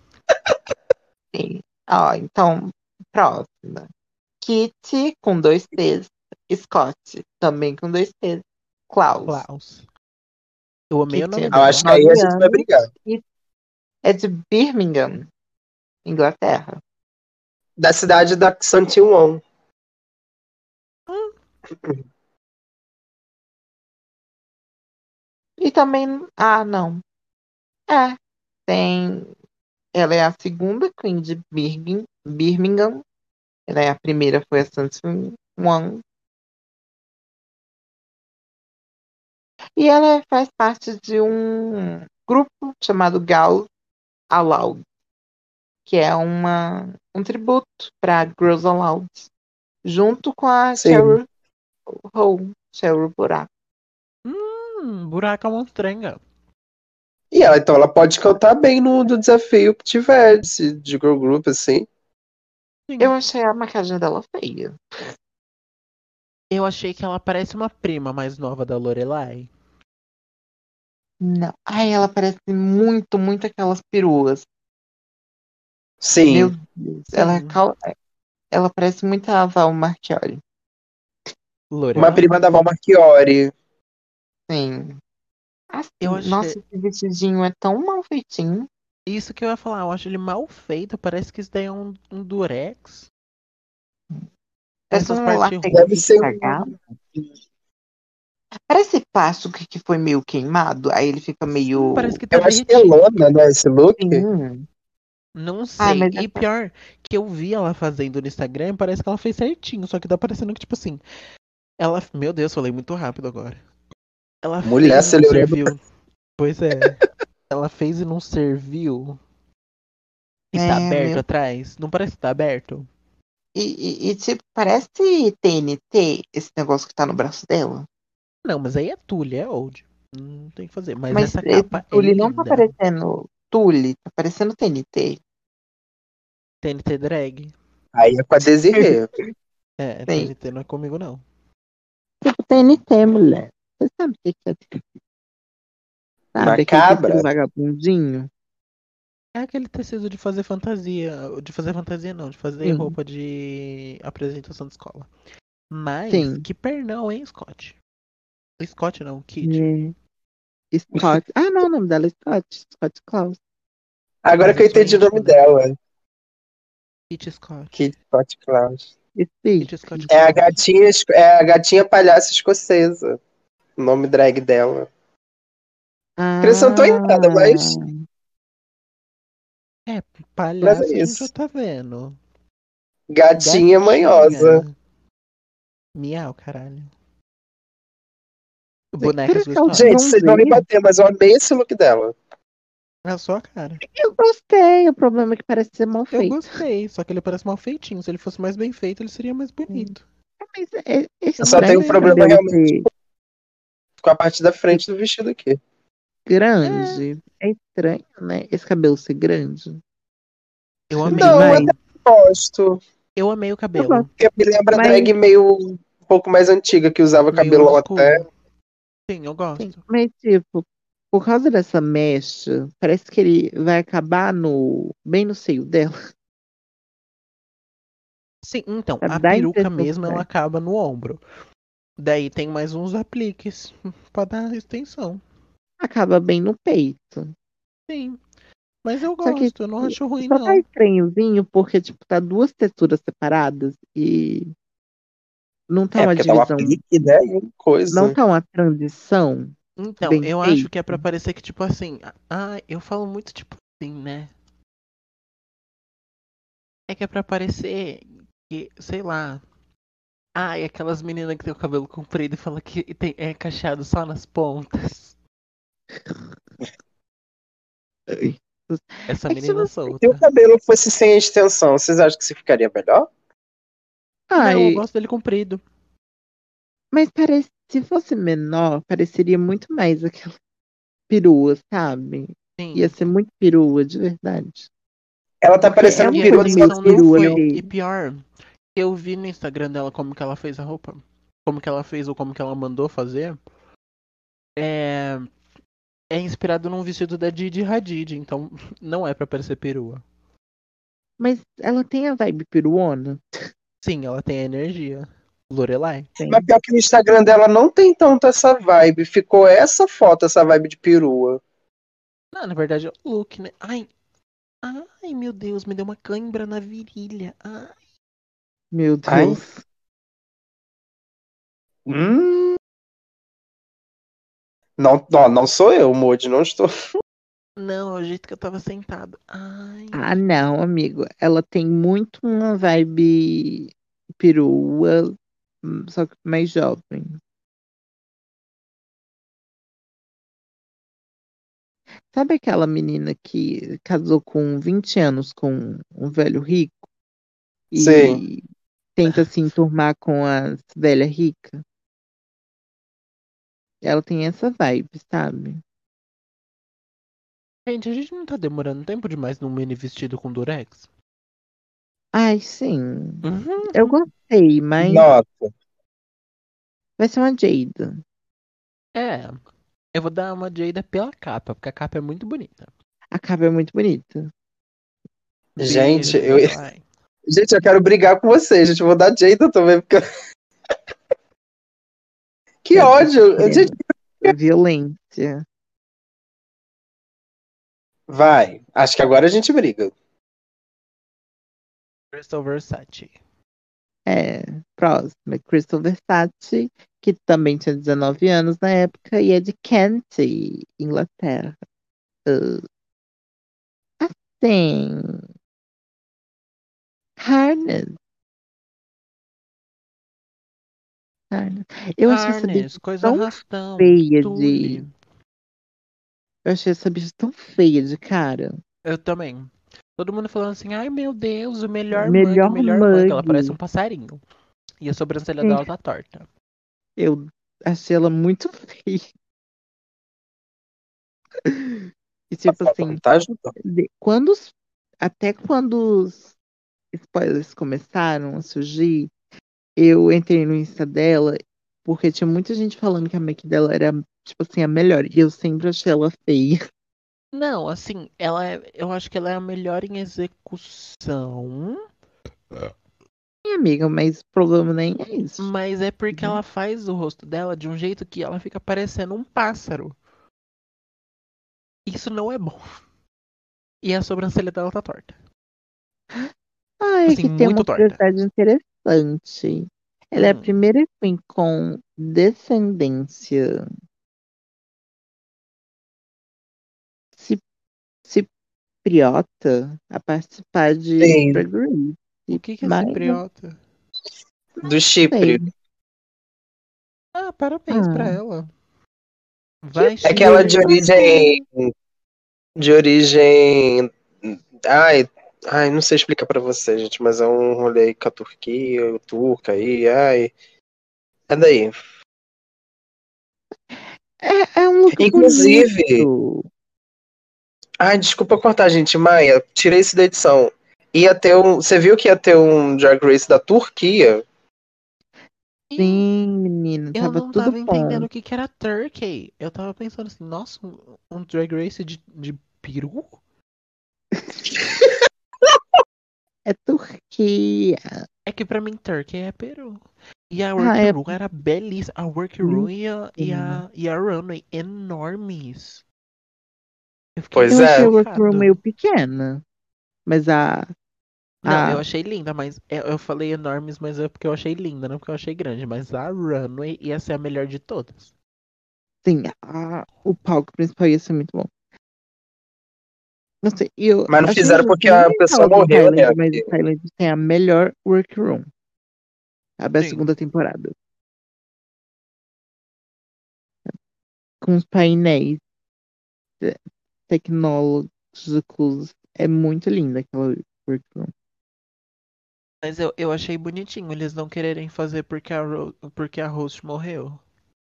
sim. Ó, então, próxima. Kitty com dois T's. Scott, também com dois T's. Klaus. Klaus. Eu amei o Kitty nome é Eu acho dela. que aí a nove gente vai anos brigar. e é de Birmingham, Inglaterra. Da cidade da Santiwon. Ah, E também. Ah, não. É, tem. Ela é a segunda Queen de Birmin- Birmingham. Ela é a primeira, foi a Samsung One. E ela faz parte de um grupo chamado Girls Aloud, que é uma, um tributo para Girls Aloud, junto com a Sim. Cheryl Hole, Cheryl Buraco. Hum, buraco é uma monstrenga. E ela, então, ela pode cantar bem no do desafio que tiver, de, de girl group, assim. Sim. Eu achei a maquiagem dela feia. Eu achei que ela parece uma prima mais nova da Lorelai. Não. Ai, ela parece muito, muito aquelas peruas. Meu Sim. Deus. Ela, é Sim. cal- ela parece muito a Val Marchiori. Uma Lorelai? prima da Val Marchiori. Sim. Assim, Eu achei. nossa, esse vestidinho é tão mal feitinho. Isso que eu ia falar, eu acho ele mal feito. Parece que isso daí é um, um durex. Parece Essas um partes latex Deve roxas. ser um. estragado. Parece plástico que foi meio queimado. Aí ele fica Sim, parece meio. que tá Eu acho que é derretido. lona, né, esse look. Sim. Não Ai, sei. mas E essa. pior, que eu vi ela fazendo no Instagram, parece que ela fez certinho. Só que tá parecendo que, tipo assim. Ela. Meu Deus, falei muito rápido agora. Ela Mulher fez e não acelerando. serviu. Pois é. Ela fez e não serviu. E tá É, aberto meu. atrás? Não parece que tá aberto? E, e, e, tipo, parece T N T esse negócio que tá no braço dela. Não, mas aí é tule, é old. Não tem que fazer. Mas Mas essa esse capa é tule não tá linda. parecendo tule, tá parecendo T N T. T N T drag. Aí é com a Desirê. É, Sim. T N T não é comigo, não. Tipo, T N T, mulher. Você sabe o que que é? Sabe, aquele tecido Macabra. vagabundinho? É aquele tecido de fazer fantasia. De fazer fantasia, não. De fazer Sim, roupa de apresentação de escola. Mas, sim. que pernão, hein, Scott? Scott não, Kit. É. Scott. Ah, não, o nome dela é Scott. Scott Klaus. Agora Mas que eu eu sou entendi o nome íntima dela. dela. Kit Scott. Kit Scott Klaus. Steve. Kit Scott É a Klaus. gatinha, es- é a gatinha palhaça escocesa. O nome drag dela. Acrescentou em nada, Ah, mas, É, mas é palhaço a gente já isso. tá vendo. Gatinha manhosa. Gatinha. Miau, caralho. será Bonecas que é o Gente, gostosas. vocês vão me bronzeio? bater, mas eu amei esse look dela. É a sua cara. Eu gostei. O problema é que parece ser mal Eu feito. gostei, só que ele parece mal feitinho. Se ele fosse mais bem feito, ele seria mais Hum. bonito. Mas é, é Eu Eu não só tenho estranho um esse sei. problema cabelo realmente ser com a parte da ser frente do vestido aqui. É, grande. É estranho, né? Esse cabelo ser grande. eu amei Não, eu também. até gosto. Eu amei o Eu gosto. cabelo. Porque me lembra Mas, drag meio um pouco mais antiga, que usava Meio old cabelão até. school. Sim, eu sim, gosto. mas tipo, por causa dessa mecha, parece que ele vai acabar no bem no seio dela. Sim, então, Sabe? a Dá a peruca impressão mesmo que ela vai. acaba no ombro. Daí tem mais uns apliques pra dar extensão. Acaba bem no peito. Sim, mas eu Só que gosto, eu não acho ruim, só tá não. estranhozinho porque, tipo, tá duas texturas separadas e não tá É, uma porque dá uma divisão, pique, né? E não coisa. tá uma transição Então, bem eu acho feita. que é pra parecer que, tipo assim. Ah, eu falo muito, tipo assim, né? É que é pra parecer que, sei lá. Ah, e aquelas meninas que tem o cabelo comprido e fala que tem, é cacheado só nas pontas. Ai. Essa É que, tipo menina assim, Se o solta. cabelo fosse sem extensão, vocês acham que se ficaria melhor? Não, eu ai, gosto dele comprido. mas parece, se fosse menor, pareceria muito mais aquela perua, sabe? Ia Sim. ser muito perua, de verdade. Ela tá Porque é parecendo E uma a perua coisa do meio extensão South não perua foi. Hill. E feia. pior, eu vi no Instagram dela como que ela fez a roupa. Como que ela fez ou como que ela mandou fazer. É. É inspirado num vestido da Didi Hadid, então não é pra parecer perua. Mas ela tem a vibe peruana? Sim, ela tem a energia. Lorelai. Mas Tem. pior que no Instagram dela não tem tanto essa vibe. Ficou essa foto, essa vibe de perua. Não, na verdade é o look, né? Ai, ai, meu Deus, me deu uma cãibra na virilha. Ai. Meu Ai. Deus. Hum. Não, não, não sou eu, Moody, não estou. Não, é o jeito que eu tava sentado. Ai. Ah, não, amigo. Ela tem muito uma vibe perua, hum, só que mais jovem. Sabe aquela menina que casou com vinte anos com um velho rico Sim. e tenta se enturmar com as velhas ricas? Ela tem essa vibe, sabe? Gente, a gente não tá demorando tempo demais num mini vestido com durex? Ai, sim. Eu Uhum. gostei, mas Nossa. vai ser uma Jada. É, eu vou dar uma Jada pela capa, porque a capa é muito bonita. A capa é muito bonita. Gente, Beijo, eu, papai. gente, eu quero brigar com vocês, gente. Eu vou dar Jada também, porque. Que Sabe, você tá ódio! Gente, querendo violência. vai. Acho que agora a gente briga. Crystal Versace. É, próxima, Crystal Versace, que também tinha dezenove anos na época e é de Kent, Inglaterra. Uh, tem Harness. Harness. Eu achei essa bicha Arnes, coisa tão arrastão. feia de. Tule. Eu achei essa bicha tão feia de cara. Eu também. Todo mundo falando assim, ai meu Deus, o melhor mug, o Melhor melhor mug. Ela mug. parece um passarinho. E a sobrancelha dela Gente, tá torta. eu achei ela muito feia. E A tipo foto assim, não tá ajudando. de- quando os- até quando os spoilers começaram a surgir, eu entrei no Insta dela porque tinha muita gente falando que a make dela era, tipo assim, a melhor. E eu sempre achei ela feia. Não, assim, ela é, eu acho que ela é a melhor em execução, Minha amiga, mas o problema nem é isso. mas é porque Né? ela faz o rosto dela de um jeito que ela fica parecendo um pássaro. Isso não é bom. E a sobrancelha dela tá torta. Ah, é Assim, que tem muito uma torta. curiosidade interessante. Ela é a Hum. primeira Queen com descendência ci- cipriota a participar de Sim, Drag Race. O que que é Mas não cipriota? do Chipre. sei. Ah, parabéns pra Ah, ela. que Vai, É que ela é de Chipre. origem. De origem. Ai, ai, não sei explicar pra você, gente, mas é um rolê aí com a Turquia, turca aí, ai. É daí. é, é um look Inclusive, bonito. ai, desculpa cortar, gente, Maia, tirei isso da edição. Ia ter um. Você viu que ia ter um Drag Race da Turquia? Ih, Sim, menina, eu tava não tudo tava entendendo bom. o que que era Turkey. Eu tava pensando assim, nossa, um, um Drag Race de, de peru? É Turquia. É que pra mim Turkey é peru. E a Ah, é Workroom era belíssima. A Workroom e a, e lindíssima. a, e a Runway enormes. Eu fiquei Pois Eu achei é. o workroom chocado. meio pequena, mas a, Não, eu a achei linda, mas eu, eu falei enormes, mas é porque eu achei linda, não porque eu achei grande. Mas a Runway ia ser a melhor de todas. sim, a, o palco principal ia ser muito bom. Não sei, e eu Mas não achei fizeram justo porque não a nem pessoa falar do morreu, né? Thailand, mas o Thailand tem a melhor workroom, a Sim. segunda temporada, com os painéis eh, tecnológicos. É muito linda aquela workroom. Mas eu, eu achei bonitinho eles não quererem fazer porque a, Ro- porque a host morreu.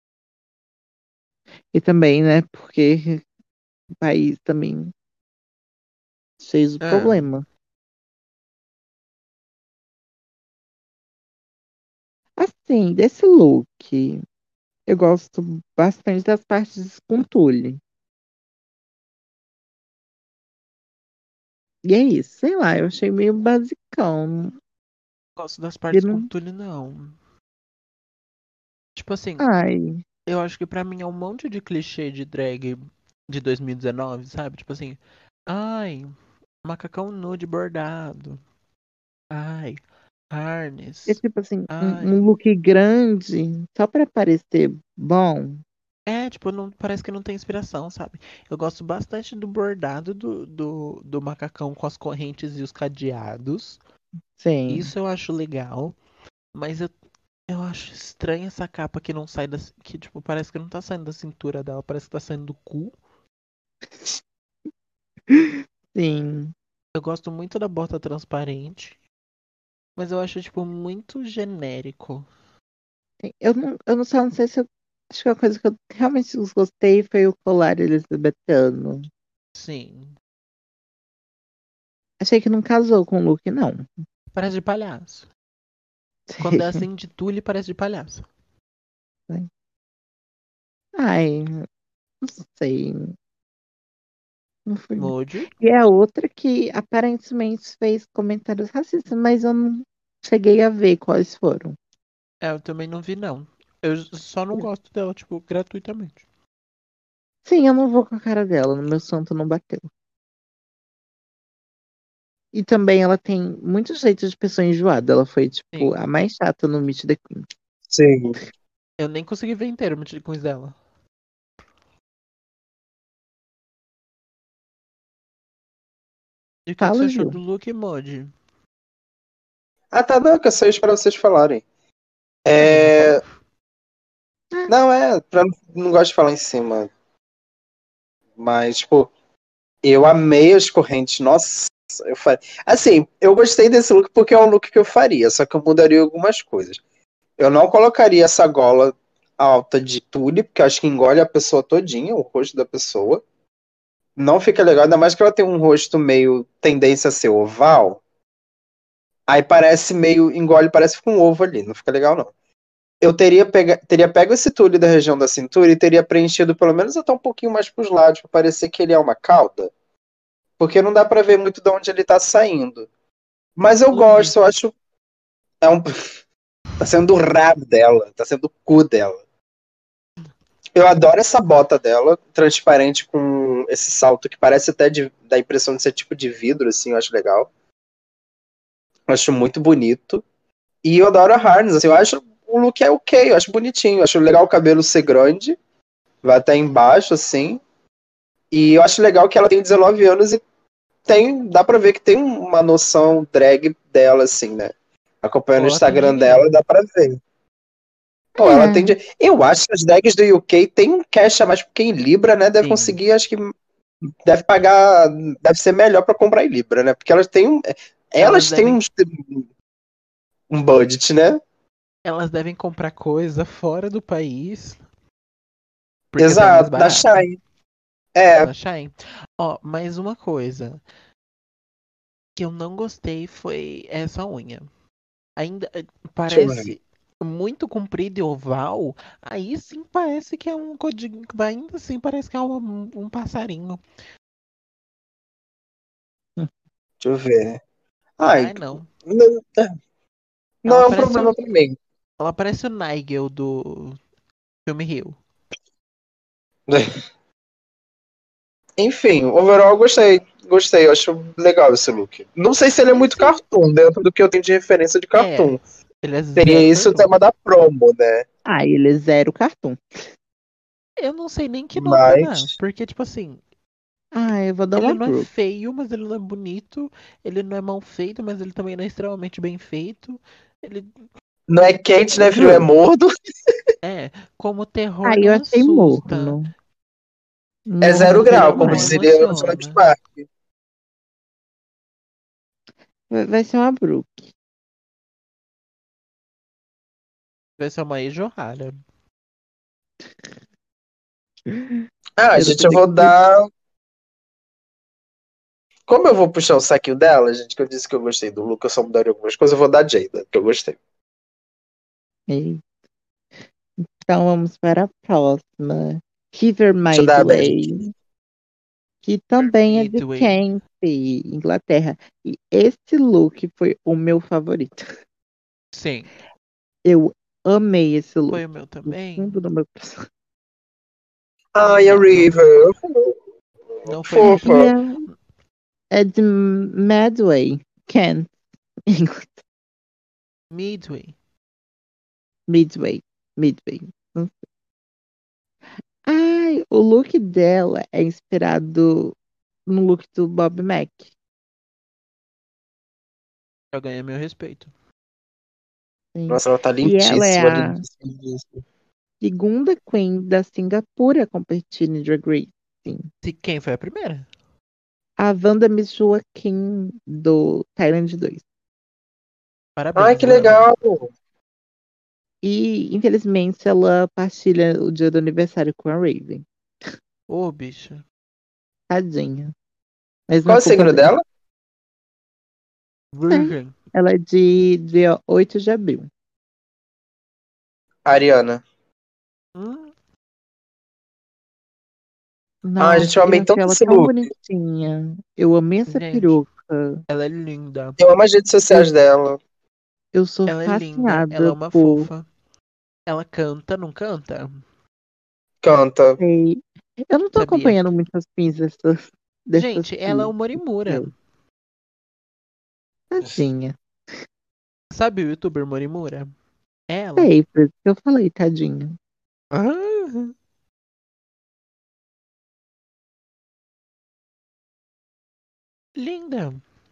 E também, né, porque o país também fez o É. problema. Assim, desse look, eu gosto bastante das partes com tule. E é isso, sei lá, eu achei meio basicão. Gosto das E partes com não... tule, não. Tipo assim, Ai, eu acho que pra mim é um monte de clichê de drag de dois mil e dezenove, sabe? Tipo assim, ai, macacão nude bordado. Ai, é harness. tipo assim, um, Ai. um look grande, só pra parecer bom. É, tipo, não, parece que não tem inspiração, sabe? Eu gosto bastante do bordado do, do, do macacão com as correntes e os cadeados. Sim. Isso eu acho legal. Mas eu, eu acho estranha essa capa que não sai da. Que, tipo, parece que não tá saindo da cintura dela, parece que tá saindo do cu. Sim. Eu gosto muito da bota transparente. Mas eu acho, tipo, muito genérico. Eu não, eu não só não sei se eu. Acho que a coisa que eu realmente gostei foi o colar elisabetano. Sim. Achei que não casou com o look, não. Parece de palhaço. Quando é assim de tule, parece de palhaço. Ai, não sei. Não fui. Mude. E é outra que aparentemente fez comentários racistas, mas eu não cheguei a ver quais foram. É, eu também não vi, não. Eu só não gosto dela, tipo, gratuitamente. Sim, eu não vou com a cara dela, no meu santo não bateu. E também ela tem muito jeito de pessoa enjoada. Ela foi, tipo, Sim. a mais chata no Meet the Queen. Sim. Eu nem consegui ver inteiro o Meet the Queens dela. E o que, que você Fala, achou Gil. do look Mod? Ah, tá, não, que eu só esperar vocês falarem. A gente já falou. É... Não, é, pra... não gosto de falar em cima. Mas, tipo, eu amei as correntes. Nossa, eu faria. Assim, eu gostei desse look porque é um look que eu faria, só que eu mudaria algumas coisas. Eu não colocaria essa gola alta de tule, porque eu acho que engole a pessoa todinha, o rosto da pessoa. Não fica legal, ainda mais que ela tem um rosto meio tendência a ser oval. Aí parece meio, engole, parece com um ovo ali, não fica legal não. Eu teria, pega, teria pego esse tule da região da cintura e teria preenchido pelo menos até um pouquinho mais pros lados, pra parecer que ele é uma cauda. Porque não dá pra ver muito de onde ele tá saindo. Mas eu gosto, eu Bonito. acho. É um, tá sendo o rabo dela, tá sendo o cu dela. Eu adoro essa bota dela, transparente com esse salto que parece até de, dá a impressão de ser tipo de vidro, assim, eu acho legal. Eu acho muito bonito. E eu adoro a harness, assim, eu acho o look é ok, eu acho bonitinho. Eu acho legal o cabelo ser grande, vai até embaixo, assim. E eu acho legal que ela tem dezenove anos e tem, dá pra ver que tem uma noção drag dela, assim, né? Acompanhando Ou o ela tem Instagram dela, dinheiro. dá pra ver. Pô, ela tem. É, de- Eu acho que as drags do U K tem um cash a mais, porque em Libra, né? Deve Sim. conseguir, acho que deve pagar. Deve ser melhor pra comprar em Libra, né? Porque elas têm um. Elas Elas têm devem, um, um budget, né? elas devem comprar coisa fora do país porque sai mais Exato, da barato. Shine. É, Na Shein. Ó, mais uma coisa que eu não gostei foi essa unha. Ainda eh, deixa eu ver. parece muito comprida e oval. Aí sim parece que é um codinho. Ainda assim parece que é um, um passarinho. Deixa eu ver. Ai, Ai, não. não, não Ela é um parece problema o, pra mim. ela parece o Nigel do filme Rio. Enfim, overall eu gostei. Gostei, eu acho legal esse look. Não sei se ele é Mas muito sim, cartoon, dentro do que eu tenho de referência de é. cartoon. Ele é Seria zero isso o cartoon. tema da promo, né? ah, ele é zero cartoon. Eu não sei nem que nota dar. Mas. Porque, tipo assim, Ah, eu vou dar ele uma não é Brooke. feio, mas ele não é bonito. Ele não é mal feito, mas ele também não é extremamente bem feito. Ele Não é quente, não é frio, é Brooke. morno. é, como terror Ah, eu não achei assusta. morno. É Morno zero foi grau, como Não demais. dizeria o Felipe emociona. Spark. Vai vai ser uma Brooke. Vai ser uma Johara. Ah, Eu gente, vou eu ter vou que. dar. Como eu vou puxar o saquinho dela, gente, que eu disse que eu gostei do look, eu só mudaria algumas coisas, eu vou dar Jada, que eu gostei. Ei, então vamos para a próxima. Heather Deixa eu dar a Beck. Midway, que também é de Midway. Kent, Inglaterra. E esse look foi o meu favorito. Sim, Eu amei esse look. foi o meu Do também. fundo do meu coração. Ai, a É, não, River. não foi o meu E Fofa. também. é, é de Medway, Kent, Inglaterra. Midway. Midway, Midway. Ai, o look dela é inspirado no look do Bob Mac. Já ganhei meu respeito. Sim. Nossa, ela tá E ela é lindíssima, a lindíssima, lindíssima. segunda Queen da Singapura a competir em Drag Race. Sim. Se quem foi a primeira? A Wanda Miss Joaquim do Thailand dois. Ai, Parabéns, que Wanda. legal. E, infelizmente, ela partilha o dia do aniversário com a Raven. Ô, bicha. Tadinha. Mas não Qual é é o culpa signo dela. dela? Virgem. Ela é de dia oito de abril. Ariana. Hum, Ai, gente, Nossa, eu eu amei achei tanto ela esse tão look. bonitinha. Eu amei essa gente, peruca. ela é linda. Eu amo as redes Eu, sociais dela. eu sou Ela é linda. Ela é fascinada uma por. fofa. Ela canta, não canta? Canta. Sei. Eu não tô Sabia? acompanhando muitas pins dessas, dessas Gente, ela é o pins. Morimura. Sei. Tadinha. Sabe o youtuber Morimura? É ela. Sei, por isso que eu falei, tadinha. Ah, linda.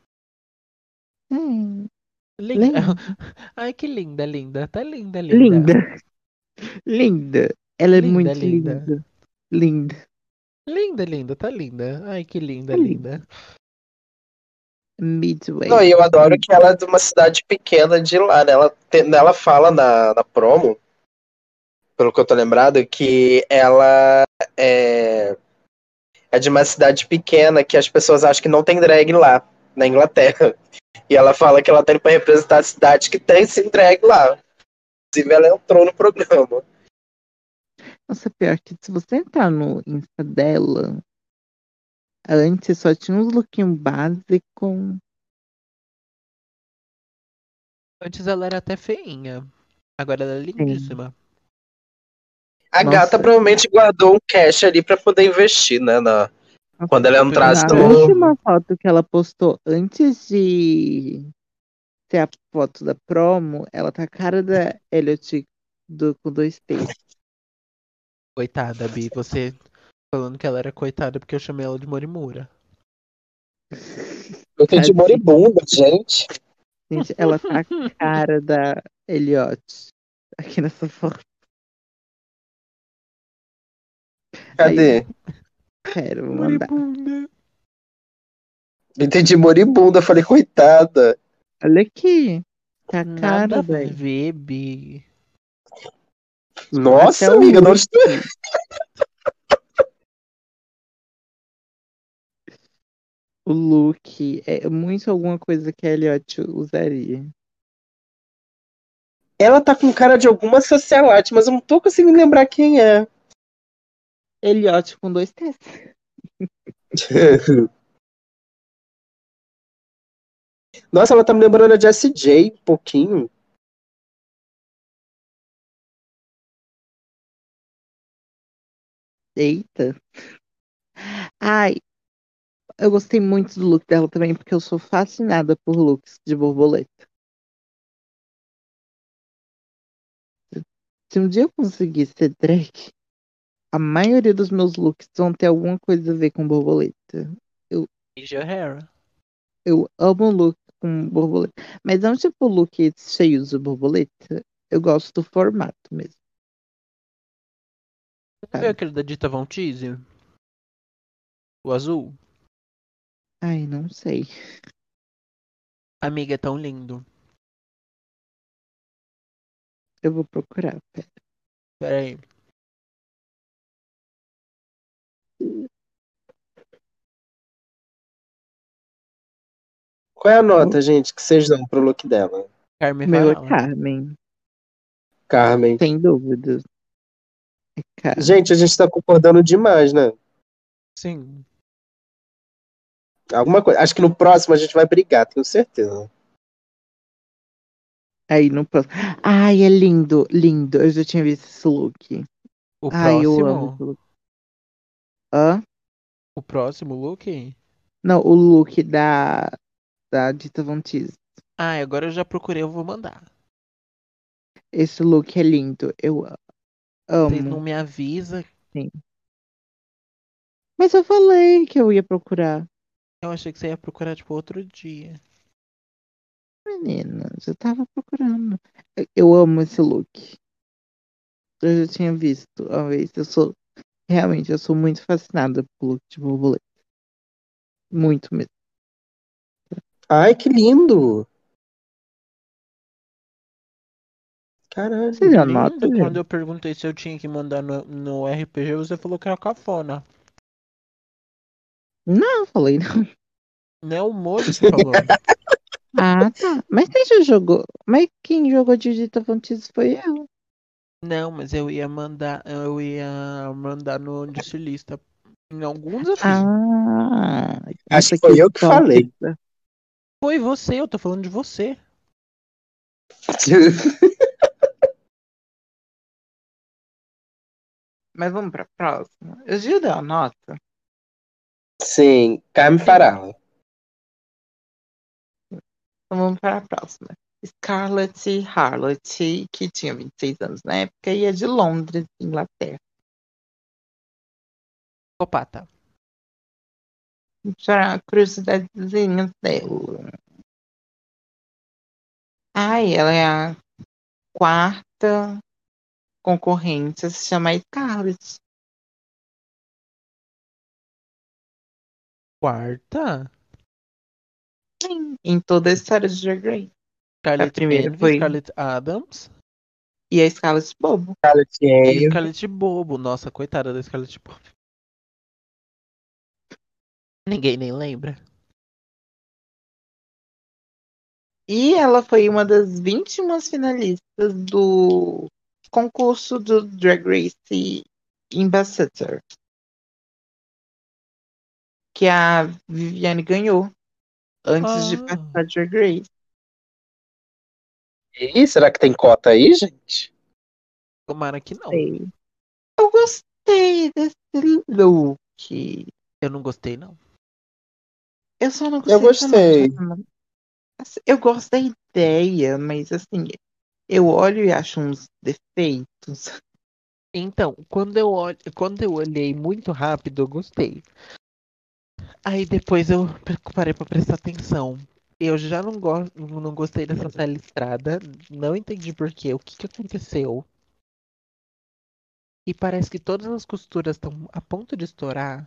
Hum, Linda. linda. Ai, que linda, linda. Tá linda, linda. Linda. Linda. Ela é Linda, muito linda. linda. Linda. Linda, linda, tá linda. Ai, que linda, É linda. linda. Midway. Não, e eu adoro Mid- que ela é de uma cidade pequena de lá, né? Ela, tem- ela fala na, na promo, pelo que eu tô lembrado, que ela é, é de uma cidade pequena que as pessoas acham que não tem drag lá, na Inglaterra. E ela fala que ela tá indo pra representar a cidade que tem sim drag lá. Inclusive, ela entrou no programa. Nossa, pior que se você entrar no Insta dela, antes só tinha uns lookinhos básicos. Antes ela era até feinha. Agora ela é Sim. lindíssima. A gata Nossa, provavelmente guardou um cash ali pra poder investir, né? Na, nossa, quando ela entrasse na Verdade. no. última foto que ela postou antes de ser a foto da promo, ela tá a cara da Elliot do, com dois T's. Coitada, Bi. Você falando que ela era coitada porque eu chamei ela de Morimura. Eu tô de Tadinha. moribunda, gente. Gente, ela tá a cara da Elliot aqui nessa foto. Aí, Cadê? pera, eu vou mandar. Moribunda. Entendi moribunda, falei, coitada. Olha aqui. Tá a Nada cara a daí. ver, Bi. Até Nossa, o amiga, não look. estou. O look é muito alguma coisa que a Elliot usaria. Ela tá com cara de alguma socialite, mas eu não tô conseguindo lembrar quem é. Elliot com dois T's. Nossa, ela tá me lembrando a Jessie J um pouquinho. Eita. Ai, eu gostei muito do look dela também, porque eu sou fascinada por looks de borboleta. Se um dia eu conseguir ser drag, a maioria dos meus looks vão ter alguma coisa a ver com borboleta. Eu, Asia O'Hara. eu amo look com borboleta. Mas não tipo look cheio de borboleta. Eu gosto do formato mesmo, Você viu sabe? aquele da Dita Von Teese? O azul? Ai, não sei. Amiga, é tão lindo. Eu vou procurar. Pera. Pera aí. Qual é a O nota, gente, que vocês dão pro look dela? Carmen meu é Farala. Carmen, Carmen. sem dúvidas. É Carmen. Gente, a gente tá concordando demais, né? Sim. Alguma coisa. Acho que no próximo a gente vai brigar, tenho certeza. Aí no próximo. Ai, é lindo, lindo. Eu já tinha visto esse look. O Ai, eu amo esse próximo? look. Hã? O próximo look? Não, o look da, da Dita Von Teese. Ah, agora eu já procurei, eu vou mandar. Esse look é lindo. Eu Vocês não amo. me avisa. Sim. Mas eu falei que eu ia procurar. Eu achei que você ia procurar, tipo, outro dia. Menina, eu tava procurando. Eu eu amo esse look. Eu já tinha visto uma vez. Eu sou, realmente, eu sou muito fascinada por look de borboleta. Muito mesmo. Ai, que lindo! Você Caralho. já nota, Lindo, quando gente? eu perguntei se eu tinha que mandar no, no R P G, você falou que era cafona. Não, falei não. Não é o moço que falou. Ah, tá. Mas quem já jogou? Mas quem jogou Digita Fontes foi eu. Não, mas eu ia mandar, eu ia mandar no Distilista em algum desafio. Ah, Acho isso que aqui é foi eu que falei. hipócrita. Foi você, eu tô falando de você. Mas vamos pra próxima. Eu já dei a nota. Sim, Carmen Sim. Farala. Então vamos para a próxima. Scarlett Harlot, que tinha vinte e seis anos na época, e é de Londres, Inglaterra. Copata. Já curiosidadezinhas dela. Ai, ela é a quarta concorrente a se chamar Scarlett. Quarta. Sim, em toda a história de Drag Race. A Scarlett primeira Envy, foi. Scarlett Adams E a Scarlett Bobo. e Envy. Scarlett Bobo. Nossa, coitada da Scarlett Bobo. Ninguém nem lembra. E ela foi uma das vinte e uma finalistas do concurso do Drag Race Ambassador, que a Viviane ganhou antes de Ah, participar de Drag Race. Ih, será que tem cota aí, gente? tomara que não. Sei. Eu gostei desse look. Eu não gostei, não. Eu só não Eu gostei dessa marcha. gostei. Assim, eu gosto da ideia, mas assim, eu olho e acho uns defeitos. Então, quando eu olho, quando eu olhei muito rápido, eu gostei. Aí depois eu parei pra prestar atenção. Eu já não gosto, não gostei dessa Célia Estrada. Não entendi por quê, o que que aconteceu. E parece que todas as costuras estão a ponto de estourar.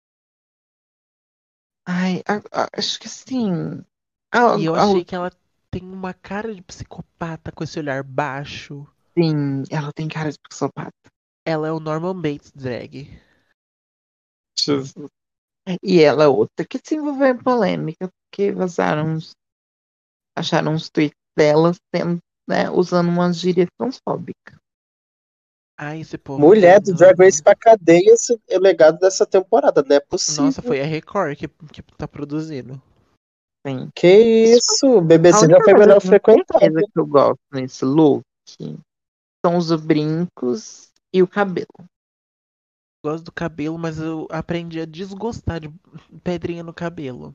Ai, a- a- acho que assim. a- E eu a- achei que ela tem uma cara de psicopata com esse olhar baixo. Sim, ela tem cara de psicopata. Ela é o Norman Bates drag. Jesus. E ela é outra que se envolveu em polêmica, porque vazaram uns, acharam uns tweets dela sendo, né, usando umas gírias transfóbicas. Ai, esse povo Mulher do Drag Race enganando. pra cadeia, esse é o legado dessa temporada. Não é Nossa, possível. foi a Record que, que tá produzindo. Assim. Que Isso- isso? O A B B C já única foi coisa que melhor eu tenho frequentado. certeza que eu gosto nesse look são os brincos e o cabelo. Gosto do cabelo, mas eu aprendi a desgostar de pedrinha no cabelo.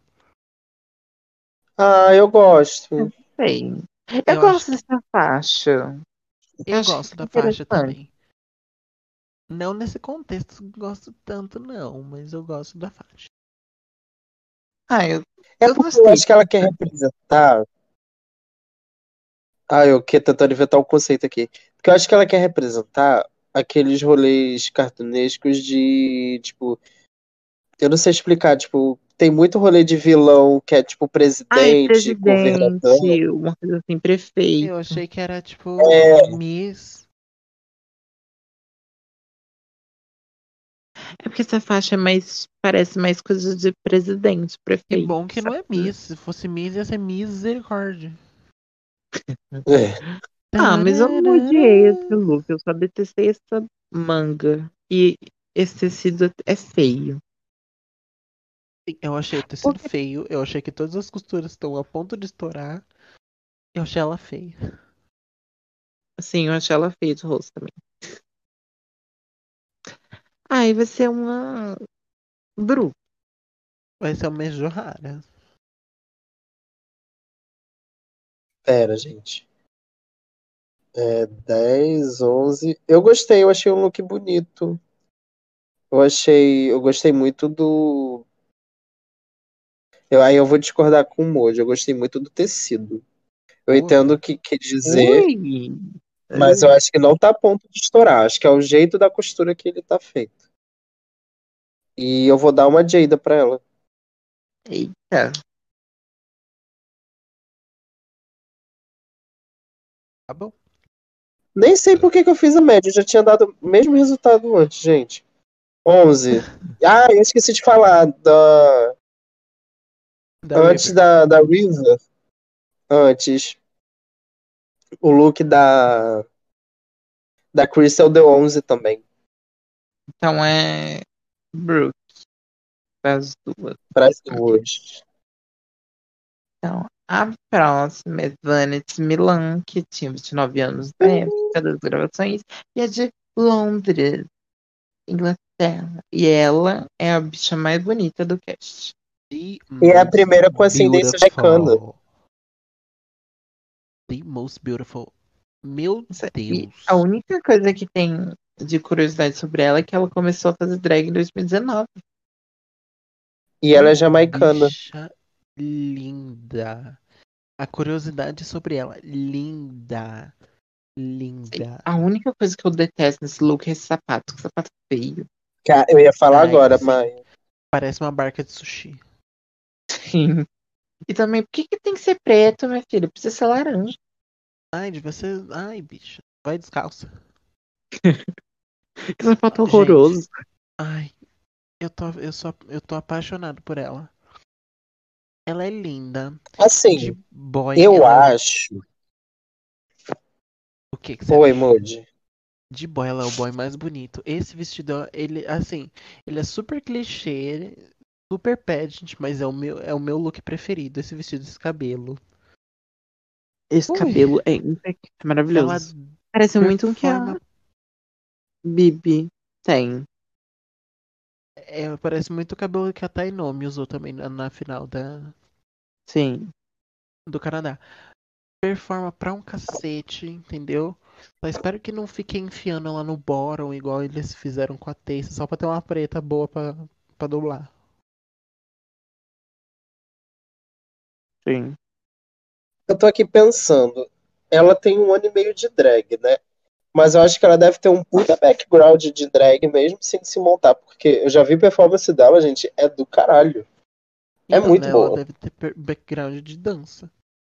Ah, eu gosto. Sei. Eu Eu acho gosto que dessa faixa. Eu eu acho que gosto fica da faixa interessante. também. Não nesse contexto gosto tanto não, mas eu gosto da faixa. Ah, eu, É eu porque eu gostei. acho que ela quer representar. Ah, eu que tentando inventar um conceito aqui. Porque eu acho que ela quer representar aqueles rolês cartunescos de, tipo, eu não sei explicar, tipo, tem muito rolê de vilão que é tipo Ai, presidente, governador. presidente, uma coisa assim, Eu prefeito. achei que era tipo É, Miss. É porque essa faixa é mais, parece mais coisa de presidente, Que prefeito, bom que não é sabe? Miss. Se fosse Miss, ia ser Misericórdia. é. Ah, mas eu não odiei esse Tararara. look, eu só detestei essa manga. E esse tecido é feio. Sim, eu achei o tecido Porque, feio. Eu achei que todas as costuras estão a ponto de estourar. Eu achei ela feia. assim, eu achei ela feia de rosto também. Aí vai ser uma Bru. Vai ser uma Johara. Pera, gente. É dez, onze. Eu gostei, eu achei um look bonito. Eu achei. Eu gostei muito do. Eu, aí eu vou discordar com o Mojo. Eu gostei muito do tecido. Eu entendo Porra. o que quer dizer, Ui! mas eu acho que não tá a ponto de estourar. Acho que é o jeito da costura que ele tá feito. E eu vou dar uma Jada pra ela. Eita. Tá bom. Nem sei por que que eu fiz a média. Eu já tinha dado o mesmo resultado antes, gente. onze. Ah, eu esqueci de falar. Da... Da Antes River. da, da River. Antes. O look da. Da Crystal deu onze também. Então é Brooke as duas. Para as Ok. duas. Então, a próxima é Vanity Milan, que tinha vinte e nove anos na época das gravações, e é de Londres, Inglaterra. E ela é a bicha mais bonita do cast. The E é a most primeira com ascendência jamaicana. beautiful. The most beautiful. Meu Essa- E a Deus. única coisa que tem de curiosidade sobre ela é que ela começou a fazer drag em dois mil e dezenove. E ela Que é jamaicana. bicha linda. A curiosidade sobre ela. Linda. Linda. A única coisa que eu detesto nesse look é esse sapato, que sapato feio. Cara, eu ia falar Ai, agora, sim. mas. Parece uma barca de sushi. Sim. E também, por que, que tem que ser preto, minha filha? Precisa ser laranja. Ai, de você. Ai, bicha. Vai descalça. Que sapato Gente. horroroso. Ai. Eu tô, eu, sou, eu tô apaixonado por ela. Ela é linda. De Assim, boy, eu ela é o. acho. O que que você Oi, acha? Moody. De boy, ela é o boy mais bonito. Esse vestido, ele, assim, ele é super clichê, super pageant, mas é o meu, é o meu look preferido, esse vestido, esse cabelo. Esse Ui, cabelo é impec- ela maravilhoso. Parece muito um que performa, a Bibi tem. é, parece muito o cabelo que a Tainomi usou também na, na final da, Sim. do Canadá. Performa pra um cacete, entendeu? Só espero que não fiquem enfiando ela no bottom, igual eles fizeram com a Tayce, só pra ter uma preta boa pra, pra dublar. Sim. Eu tô aqui pensando. Ela tem um ano e meio de drag, né? Mas eu acho que ela deve ter um puta background de drag mesmo sem se montar. Porque eu já vi performance dela, gente. É do caralho. É Então, muito né, ela boa. deve ter per- background de dança.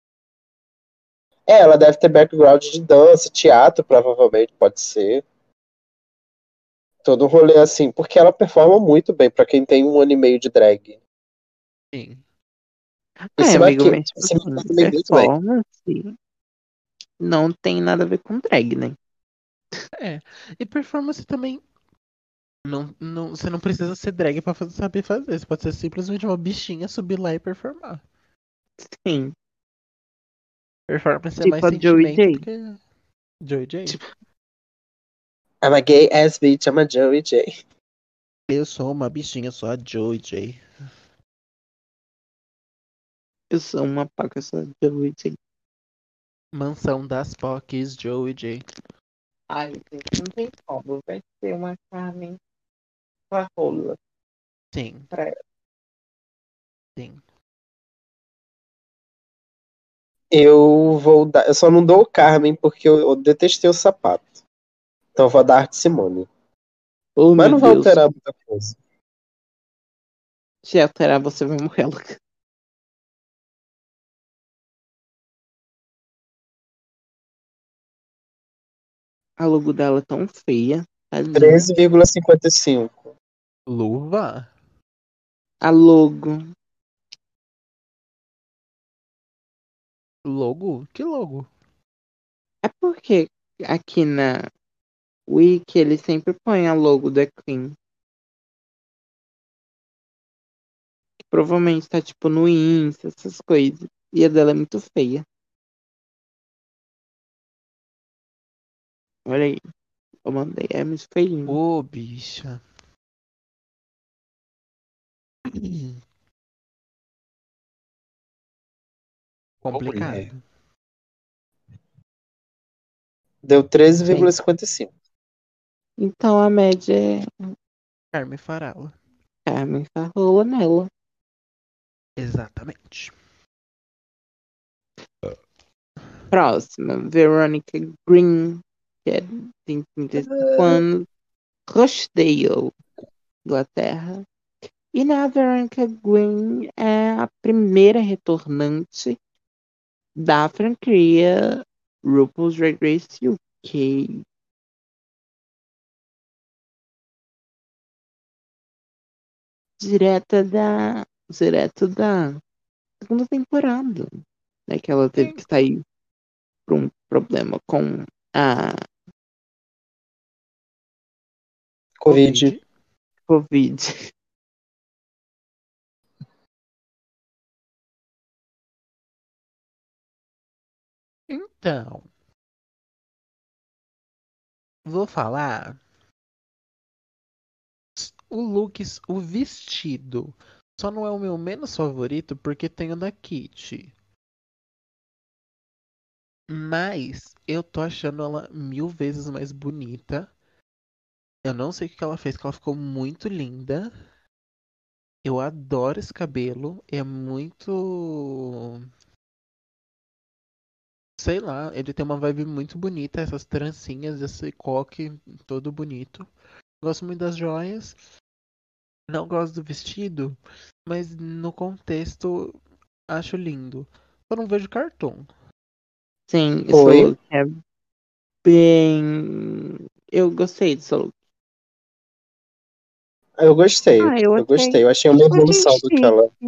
É, ela deve ter background de dança, teatro, provavelmente, pode ser. Todo um rolê assim. Porque ela performa muito bem pra quem tem um ano e meio de drag. Sim. E Ai, se amigo, maquia, mas tipo se assim, maquia também muito bem. performance não tem nada a ver com drag, né? É. E performance também. Não, não, você não precisa ser drag pra fa- saber fazer. Você pode ser simplesmente uma bichinha, subir lá e performar. Sim. Performance é mais Tipo a Joey sentimento do J. que Joy J. Tipo, I'm a gay ass bitch, I'm a Joey J. Eu sou uma bichinha, sou a Joy J. eu sou uma paca, eu sou a Joey J. Mansão das Pocs, Joey J. Ai, gente, não tem como. Vai ser uma Carmen com a rola Sim, pra ela. sim. Eu vou dar. Eu só não dou o Carmen porque eu, eu detestei o sapato. Então eu vou dar Arte Simone. Oh, Mas meu não vai Deus. alterar muita coisa. Se alterar, você vai morrer, louca. A logo dela é tão feia. Tadinha. treze vírgula cinquenta e cinco. Luva? A logo. Logo? Que logo? É porque aqui na Wiki ele sempre põe a logo da Queen. Que provavelmente tá tipo no Insta, essas coisas. E a dela é muito feia. Olha aí. Eu mandei. É muito feinho. Ô, bicha. Ô, mulher. Complicado. Deu treze vírgula Sim. cinquenta e cinco. Então a média é Carmen Farala. Carmen Farrola nela. Exatamente. Próxima, Veronica Green, que é, tem trinta e cinco anos, Rochdale, Inglaterra. E na Veronica Green é a primeira retornante da franquia RuPaul's Drag Race U K. Direta da, direto da segunda temporada, né, que ela teve que sair por um problema com a Covid. Covid. Então, vou falar o look, o vestido. Só não é o meu menos favorito porque tem o da Kitty. Mas eu tô achando ela mil vezes mais bonita. Eu não sei o que ela fez, que ela ficou muito linda. Eu adoro esse cabelo. É muito. Sei lá, ele tem uma vibe muito bonita. Essas trancinhas, esse coque todo bonito. Gosto muito das joias. Não gosto do vestido, mas no contexto acho lindo. Eu não vejo cartoon. Sim, esse Foi. look é bem. Eu gostei desse look. Eu gostei. Ah, eu Eu achei. gostei. Eu achei uma Eu achei evolução do que chique. ela.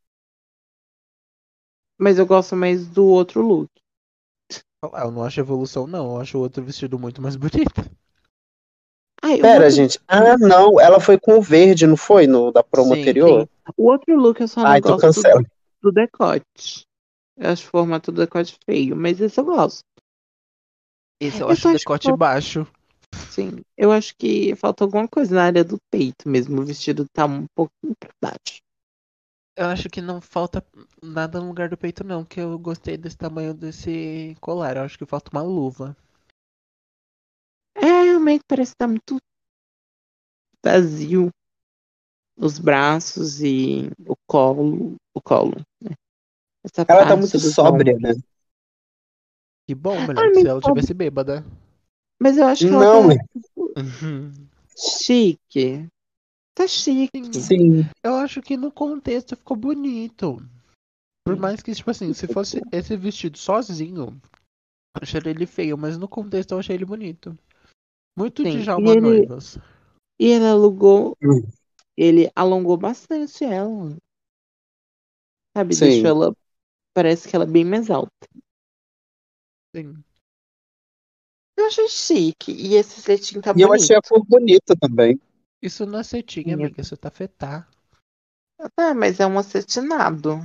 Mas eu gosto mais do outro look. Ah, eu não acho evolução, não. Eu acho o outro vestido muito mais bonito. Ai, o Pera, outro. gente. Ah, não. Ela foi com o verde, não foi? No da promo Sim. Sim. anterior? O outro look eu só Ah, não então gosto cancela. do decote. Eu acho o formato do decote feio, mas esse eu gosto. Esse eu Eu acho o só acho que decote falta, baixo. sim, eu acho que falta alguma coisa na área do peito mesmo. O vestido tá um pouquinho pra baixo. Eu acho que não falta nada no lugar do peito, não. Que eu gostei desse tamanho desse colar. Eu acho que falta uma luva. É, realmente parece que tá muito vazio os braços e o colo, o colo, né? Essa Ela tá muito parte dos sóbria, né? ombros. Que bom, melhor Ai, que se mas, ela tivesse bêbada. mas eu acho que ela Não, tá é- Uhum. chique. Tá chique. Sim. sim. Eu acho que no contexto ficou bonito. Por mais que, tipo assim, se fosse esse vestido sozinho, eu acharia ele feio, mas no contexto eu achei ele bonito. Muito Sim. E Djalma ele, Noivas. e ele alugou, ele alongou bastante ela, sabe? Deixou Sim. ela, parece que ela é bem mais alta. Sim. Eu achei chique. E esse cetim tá E eu achei a bonito. cor bonita também. Isso não é cetim, Sim. amiga. Isso tá fetá. Ah, mas é um acetinado.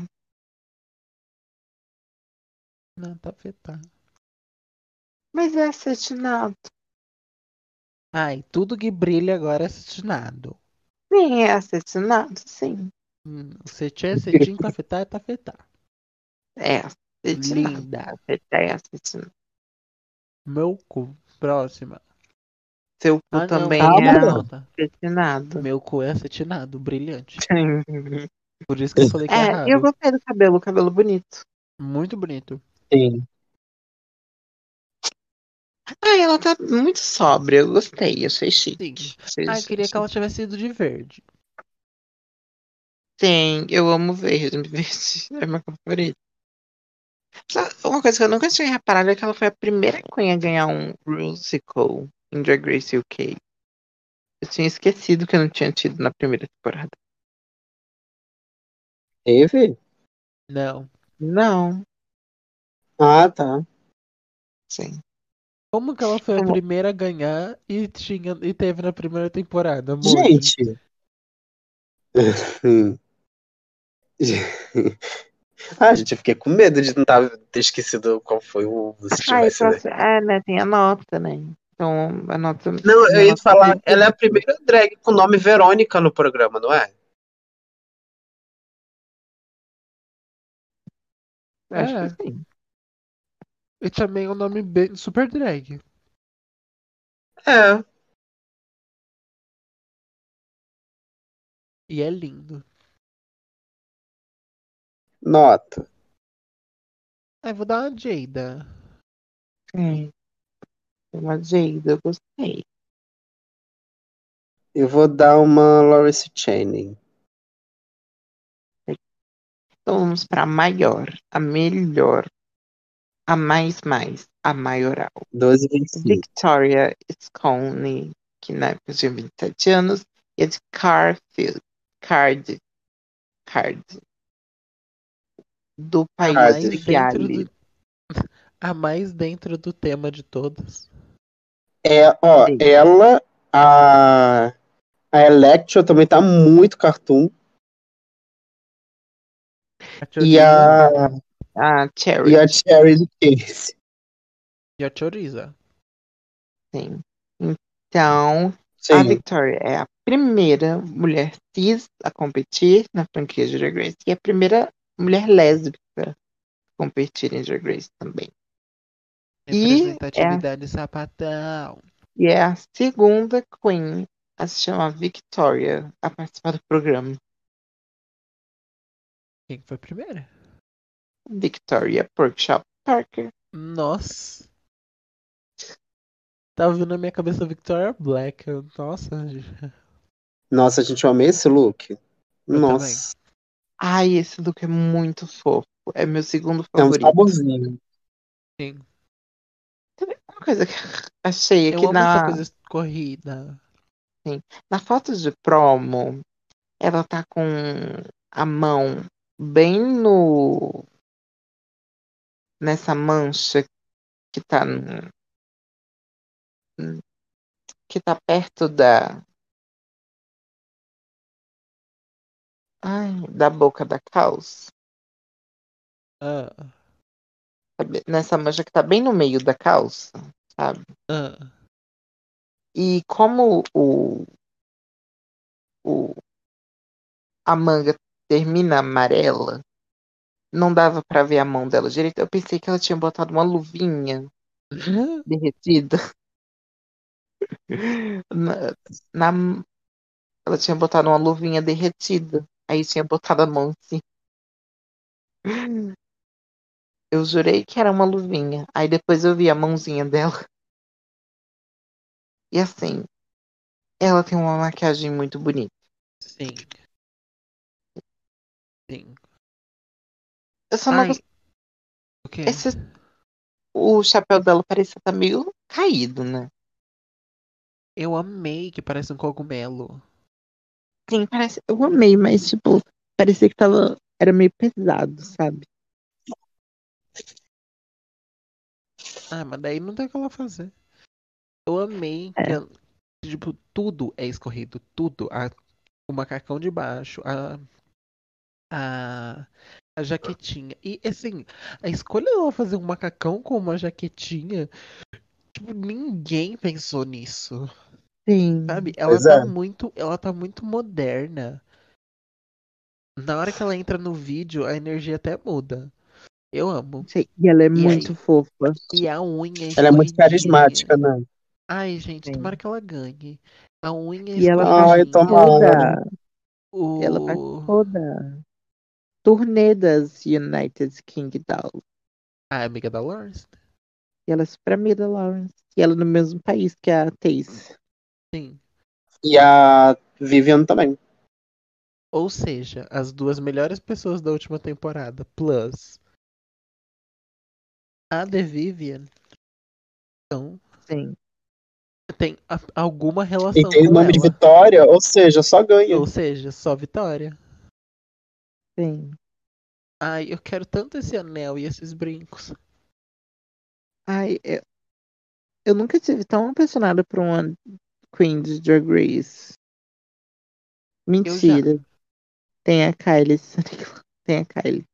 Não, tá fetá. Mas é acetinado. Ai, tudo que brilha agora é cetinado. Sim, é acetinado, sim. Hum, cetim é cetim, tá fetá é tá fetá. É acetinado. Linda. É acetinado. Meu cu. Próxima. Seu cu Ah, não, também falta, Calma, é não. falta. acetinado. Meu cu é acetinado, brilhante. Por isso que eu falei que é É, eu raro. gostei do cabelo, cabelo bonito. Muito bonito. Sim. Ah, ela tá muito sóbria, eu gostei, achei Sim. chique. Achei, Ah, eu queria que achei- ela tivesse ido de verde. Sim, eu amo verde, verde é meu favorito. Só uma coisa que eu nunca tinha reparado é que ela foi a primeira Queen a ganhar um musical em Drag Race U K. Eu tinha esquecido que eu não tinha tido na primeira temporada. Teve? Não. Não, Ah, tá. sim. Como que ela foi a Como- primeira a ganhar e, tinha, e teve na primeira temporada, Moji? Gente. Hum. Ah, gente, eu fiquei com medo de não tá- ter esquecido qual foi o se Ah, e tivesse, né? próximo, é, né, tem a nota, né? Então, a nota, Não, eu minha ia nota falar, é ela é a ridícula. primeira drag com o nome Verônica no programa, não é? Acho que É. sim. E também o nome bem super drag. É. E é lindo. Nota. Aí vou dar uma Jada. É, uma Jada, eu gostei. Eu vou dar uma Lawrence Channing. Então vamos para a maior, a melhor, a mais mais, a maioral. doze e vinte e cinco. Victoria Scone, que na época tinha vinte e sete anos, e a de Carfield, Card, Card, do A país de mais Cardiff. dentro Gales. do. A mais dentro do tema de todas. É, ó, Sim. ela, a, a Electra também tá muito cartoon. A E Choriza. a, A e a Charity, Cherry Case. E a Choriza. sim. Então, a Sim, Victoria é a primeira mulher cis a competir na franquia de Drag Race e a primeira mulher lésbica a competir em Drag Race também. E é, a, Representatividade sapatão. e é a segunda Queen a se chamar Victoria a participar do programa. Quem que foi a primeira? Victoria Porkchop Parker. Nossa. Tava vindo na minha cabeça Victoria Black. Eu- Nossa, nossa, gente, eu amei esse look. eu também. Nossa, Ai, esse look é muito fofo. É meu segundo tem um favorito. saborzinho. Sim. Também uma coisa que eu achei Eu aqui amo essa na, coisa corrida. assim, na foto de promo, ela tá com a mão bem no nessa mancha que tá no- que tá perto da ai, da boca da calça, Ah, sabe? Nessa mancha que tá bem no meio da calça, sabe? ah. E como o, o a manga termina amarela, não dava pra ver a mão dela direito. Eu pensei que ela tinha botado uma luvinha derretida na, na- ela tinha botado uma luvinha derretida. Aí tinha botado a mão assim. Eu jurei que era uma luvinha. Aí depois eu vi a mãozinha dela. E assim, ela tem uma maquiagem muito bonita. Sim, sim. Eu só não Ai, gostei. o quê? Esse, o chapéu dela parecia estar meio caído, né? Eu amei que parece um cogumelo. Sim, parece. Eu amei, mas tipo, parecia que tava. Era meio pesado, sabe? Ah, mas daí não tem o que ela fazer. Eu amei que, É, ela- tipo, tudo é escorrido. Tudo. A, o macacão de baixo, a, a, a jaquetinha. E, assim, a escolha dela fazer um macacão com uma jaquetinha, tipo, ninguém pensou nisso. Sabe? sim, Ela Pois tá é. muito, ela tá muito moderna. Na hora que ela entra no vídeo, a energia até muda. Eu amo. sei. E ela é E muito aí, fofa. e a unha Ela é muito escorridinha. carismática, né? Ai, gente, tomara Sim. que ela ganhe. A unha E ela Ai, escorridinha. participou tomara. da. Ela O. participou da turnê das United Kingdom. A amiga da Lawrence? E ela é super amiga da Lawrence. E ela é no mesmo país que a Tace. Sim. E a Vivian também. Ou seja, as duas melhores pessoas da última temporada, plus a The Vivian, então, Sim, tem a- alguma E relação tem o com nome de ela. Vitória, ou seja, só ganha. Ou seja, só vitória. sim. Ai, eu quero tanto esse anel e esses brincos. Ai, eu, eu nunca tive tão apaixonada por uma Queen de Drag Race. Eu já. Mentira. Tem a Kylie. Tem a Kylie.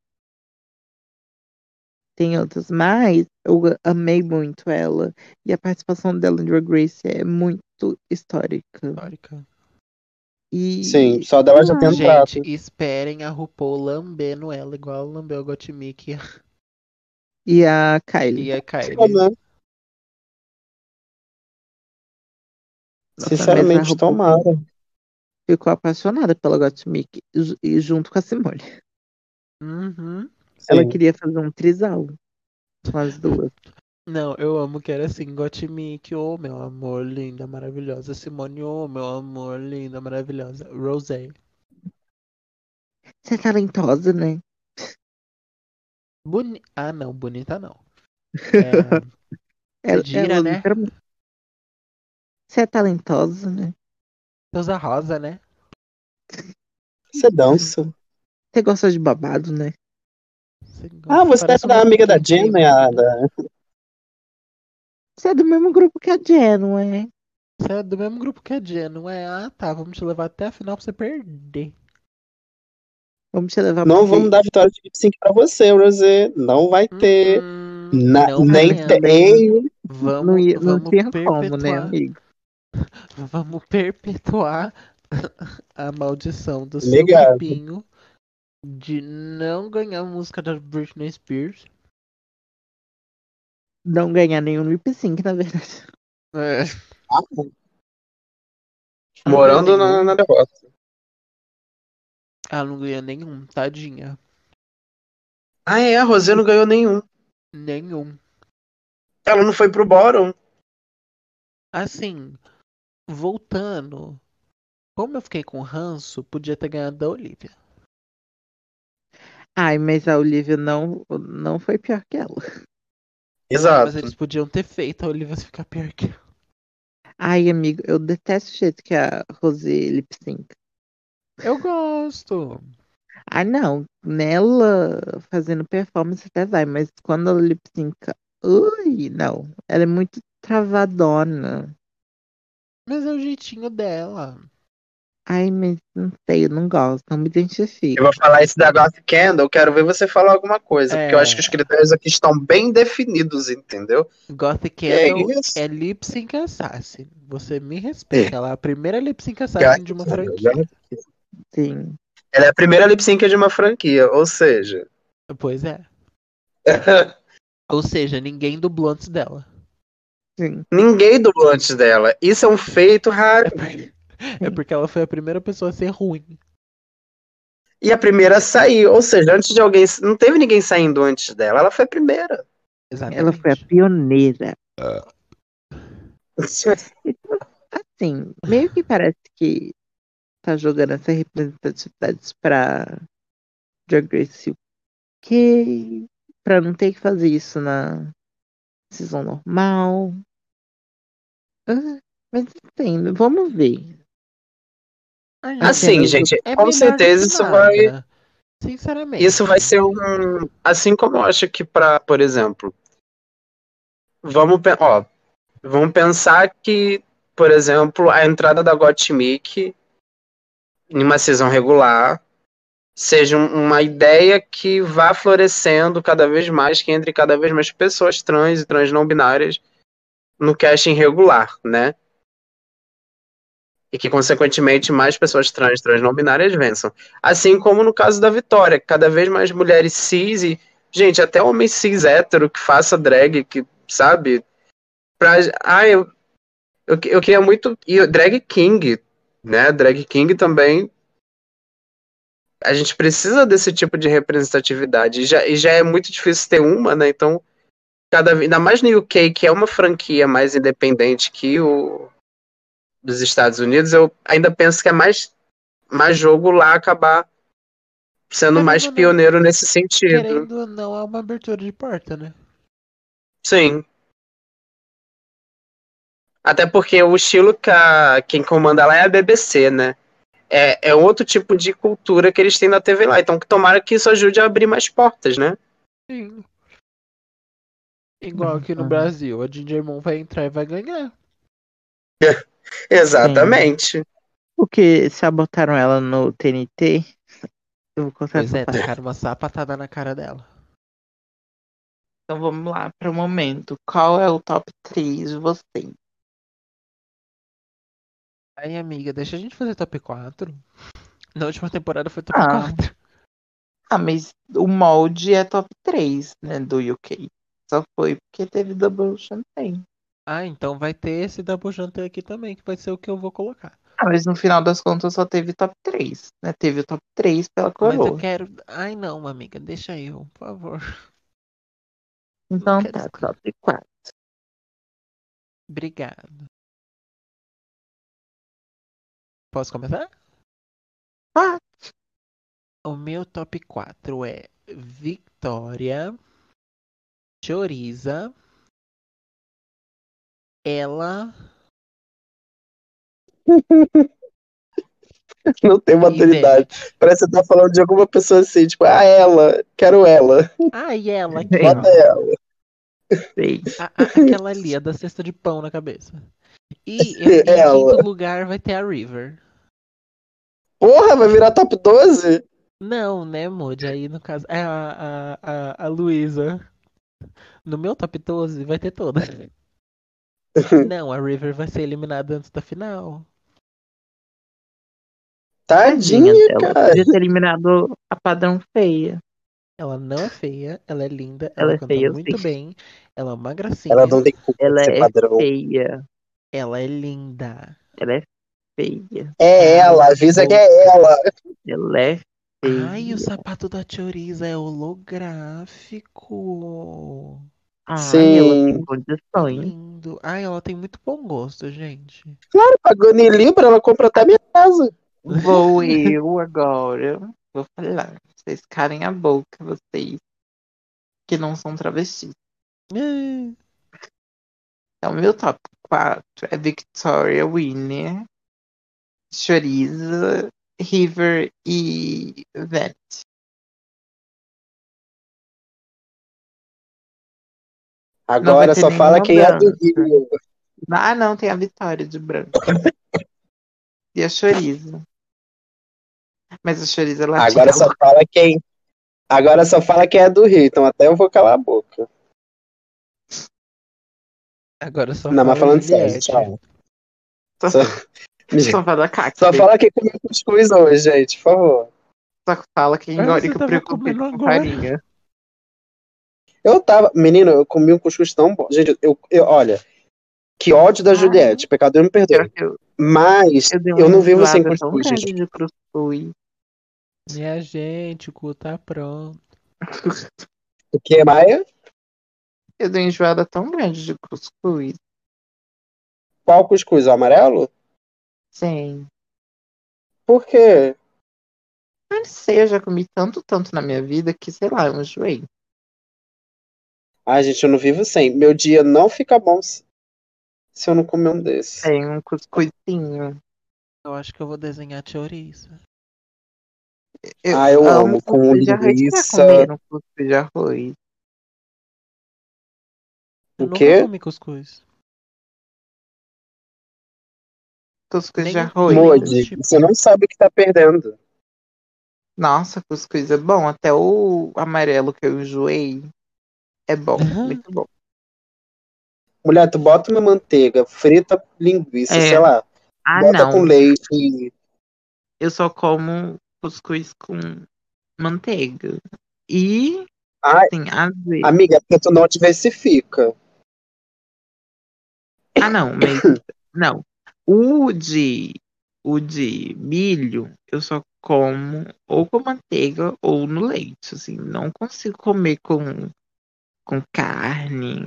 Tem outras, mas eu amei muito ela. E a participação dela em Drag Race é muito histórica. Histórica. Sim, E, só sei dela já ter lá, Gente, entrado. esperem a RuPaul lambendo ela igual ela lambeu a Gottmik e a Kylie. e a Só, Kylie. né? Nossa, mas a Sinceramente, RuPaul, tomara. ficou apaixonada pela Gottmik ju- e junto com a Simone. Uhum. Ela Sim. queria fazer um trisal com as duas. Não, eu amo que era assim, Gottmik, ô meu amor, linda, maravilhosa. Simone, ô meu amor, linda, maravilhosa. Rosé. Você é talentosa, né? Boni... Ah, não, bonita não. É, Ela, Sedira, ela né? literalmente. Você é talentosa, né? Souza Rosa, né? Você dança. Você gosta de babado, né? Você Ah, gosta- você é Parece uma da amiga da quentinha, Jenna, a menina. da... Você é do mesmo grupo que a Jen, não é? Você é do mesmo grupo que a Jen, não é? Ah, tá, vamos te levar até a final pra você perder. Vamos te levar Não porque. vamos dar vitória de lip sync pra você, Rosé. Não vai ter. Hum, Na- não Ah, nem mesmo. tem. não, Vamos, ia, não vamos tinha como, né, perpetuar, amigo? vamos perpetuar a maldição do seu Legal. grupinho de não ganhar música da Britney Spears. Não ganhar nenhum lip sync, na verdade. É, Ah, ela não ganhou morando na, nenhum. na derrota. Ela não ganhou nenhum, tadinha. Ah, é, a Rosé não ganhou nenhum. Nenhum. Ela não foi pro bottom. Assim, voltando. Como eu fiquei com ranço, podia ter ganhado da Olivia. Ai, mas a Olivia não, não foi pior que ela. Ai, mas Exato. eles podiam ter feito a Olivia ficar pior que ela. Ai, amigo, eu detesto o jeito que a Rosé lip sync. Eu gosto. Ah, não. Nela fazendo performance até vai, mas quando ela lip synca. Ui, não. Ela é muito travadona. Mas é o jeitinho dela. Ai, mas não sei, eu não gosto, não me Eu identifico. vou falar esse da Goth Candle, quero ver você falar alguma coisa, porque eu acho que os É. critérios aqui estão bem definidos, entendeu? Gothic Que é Candle isso? é lip sync assassin. Você me É. respeita. Ela é a primeira lip sync assassin de Goth uma Candle, franquia. Goth- Sim, Ela é a primeira lip sync de uma franquia, ou seja. Pois é. Ou seja, ninguém dublou antes dela. sim, Ninguém dublou antes dela. Isso é um feito raro. É, por- é sim. porque ela foi a primeira pessoa a ser ruim. E a primeira a sair, ou seja, antes de alguém. Não teve ninguém saindo antes dela, ela foi a primeira. Ela foi a Exatamente. pioneira. Então, assim, meio que parece que tá jogando essa representatividade pra Drag Race U K, pra não ter que fazer isso na season normal. Ah, mas entendo, vamos ver. Ai, As Assim, cenas amiga, do. gente, é com melhor do que certeza isso vai. nada. Isso Sinceramente. vai ser um. Assim como eu acho que para, por exemplo, vamos, pe- ó, vamos pensar que, por exemplo, a entrada da Gottmik em uma season regular seja um- uma ideia que vá florescendo cada vez mais, que entre cada vez mais pessoas trans e trans não binárias no casting regular, né? E que, consequentemente, mais pessoas trans, trans não binárias vençam. Assim como no caso da Vitória, cada vez mais mulheres cis e, gente, até homem cis hétero que faça drag, que, sabe? Pra, ah, eu, eu, eu queria muito. E o Drag King, né? Drag King também. A gente precisa desse tipo de representatividade. E já, e já é muito difícil ter uma, né? Então, cada vez. Ainda mais no U K, que é uma franquia mais independente que o dos Estados Unidos, eu ainda penso que é mais, mais jogo lá acabar sendo Querendo mais ou não, pioneiro nesse sentido. querendo ou não, é uma abertura de porta, né? Sim. Até porque o estilo que a, quem comanda lá é a B B C, né? É, é outro tipo de cultura que eles têm na T V lá. Então, que tomara que isso ajude a abrir mais portas, né? Sim. Igual aqui no Uhum. Brasil, a Ginger Moon vai entrar e vai ganhar. Sim. Exatamente. Porque sabotaram ela no T N T, eu vou contar Pois essa é, parte. tacaram uma sapatada na cara dela. Então vamos lá para o momento. Qual é o top três de vocês? Aí, amiga, deixa a gente fazer top quatro. Na última temporada foi top Ah, quatro. ah, mas o molde é top três, né, do U K. Só foi porque teve Double Champagne. Ah, então vai ter esse double jantar aqui também, que vai ser o que eu vou colocar. Ah, mas no final das contas só teve top três, né? Teve o top três pela Mas eu coroa. quero. Ai, não, amiga, deixa eu, por favor. Então Não quero tá, escolher. top quatro. Obrigado. Posso começar? Ah, O meu top quatro é Victoria, Choriza, ela Não tem e maturidade. Venet. Parece que você tá falando de alguma pessoa assim, tipo, ah, ela, quero ela. Ah, e ela aqui, sei, Bota ó. ela. sei. A, a- aquela ali, a da cesta de pão na cabeça. E em, em quinto Ela. lugar vai ter a River. Porra, vai virar top doze? Não, né, Moody? Aí no caso é a, a, a, a Luísa. No meu top doze vai ter todas. Não, a River vai ser eliminada antes da final. Tadinha Tadinha, dela. cara. Podia ter eliminado a padrão feia. Ela não é feia, ela é linda, ela Ela é canta feia, eu sei. muito bem, ela é uma Ela gracinha, não tem culpa de Ela ser é padrão. feia. ela é linda. Ela é feia. É Cala ela, a avisa que boca. é ela. Ela é Ai, o feia. sapato da Choriza é holográfico. Ai, ela tem Sim. Que condições. lindo. Ai, ela tem muito bom gosto, gente. Claro, pagando em Libra, ela compra até minha casa. Vou eu agora. Vou falar. Vocês calem a boca, vocês que não são travestis. Ah, Então, meu top quatro é Victoria, Winner, Choriza, River e Vent. Não vai Agora ter só fala nenhuma quem é do branca. Rio. Ah, não, tem a Vitória de branco. E a Choriza. Mas a Choriza é latina. Agora só fala quem. Agora só fala quem é do Rio, então até eu vou calar a boca. agora só Não, mas fala falando sério, Juliette. tchau. Só, Só, só fala só cacto. fala quem comeu cuscuz hoje, gente, por favor. Só fala quem Ah, engole você que eu tava preocupe comendo com agora. farinha. Eu tava. Menino, eu comi um cuscuz tão bom. Gente, eu, eu olha, que ódio da Ai, Juliette, pecador me pior perdoe. que eu, Mas eu dei uma eu não vivo sem enjoada tão cuscuz, grande gente. de cuscuz. Minha gente, o cu tá pronto. O que, Maia? Eu dei uma enjoada tão grande de cuscuz. Qual cuscuz? O amarelo? Sim. Por quê? Eu não sei, eu já comi tanto, tanto na minha vida que, sei lá, eu enjoei. Ai, gente, eu não vivo sem. Meu dia não fica bom se se eu não comer um desse. Tem um cuscuzinho. Eu acho que eu vou desenhar Choriza. Eu Ah, eu amo amo. Com cuscuz de arroz. Vocês já linguiça. comeram cuscuz de arroz? Eu O nunca quê? comi cuscuz. Cuscuz de Nenhum, de arroz. nenhum dos Modi, você tipos. não sabe o que tá perdendo. Nossa, cuscuz é bom. Até o amarelo que eu enjoei é bom. Muito bom. Mulher, tu bota uma manteiga, frita linguiça, sei É. lá. Ah, Bota com não. leite. Eu só como cuscuz com manteiga. E, Ai, assim, às vezes. amiga, é porque tu não diversifica. Ah, não, mas. Não. O de. O de milho, eu só como ou com manteiga ou no leite. Assim, não consigo comer com, com carne,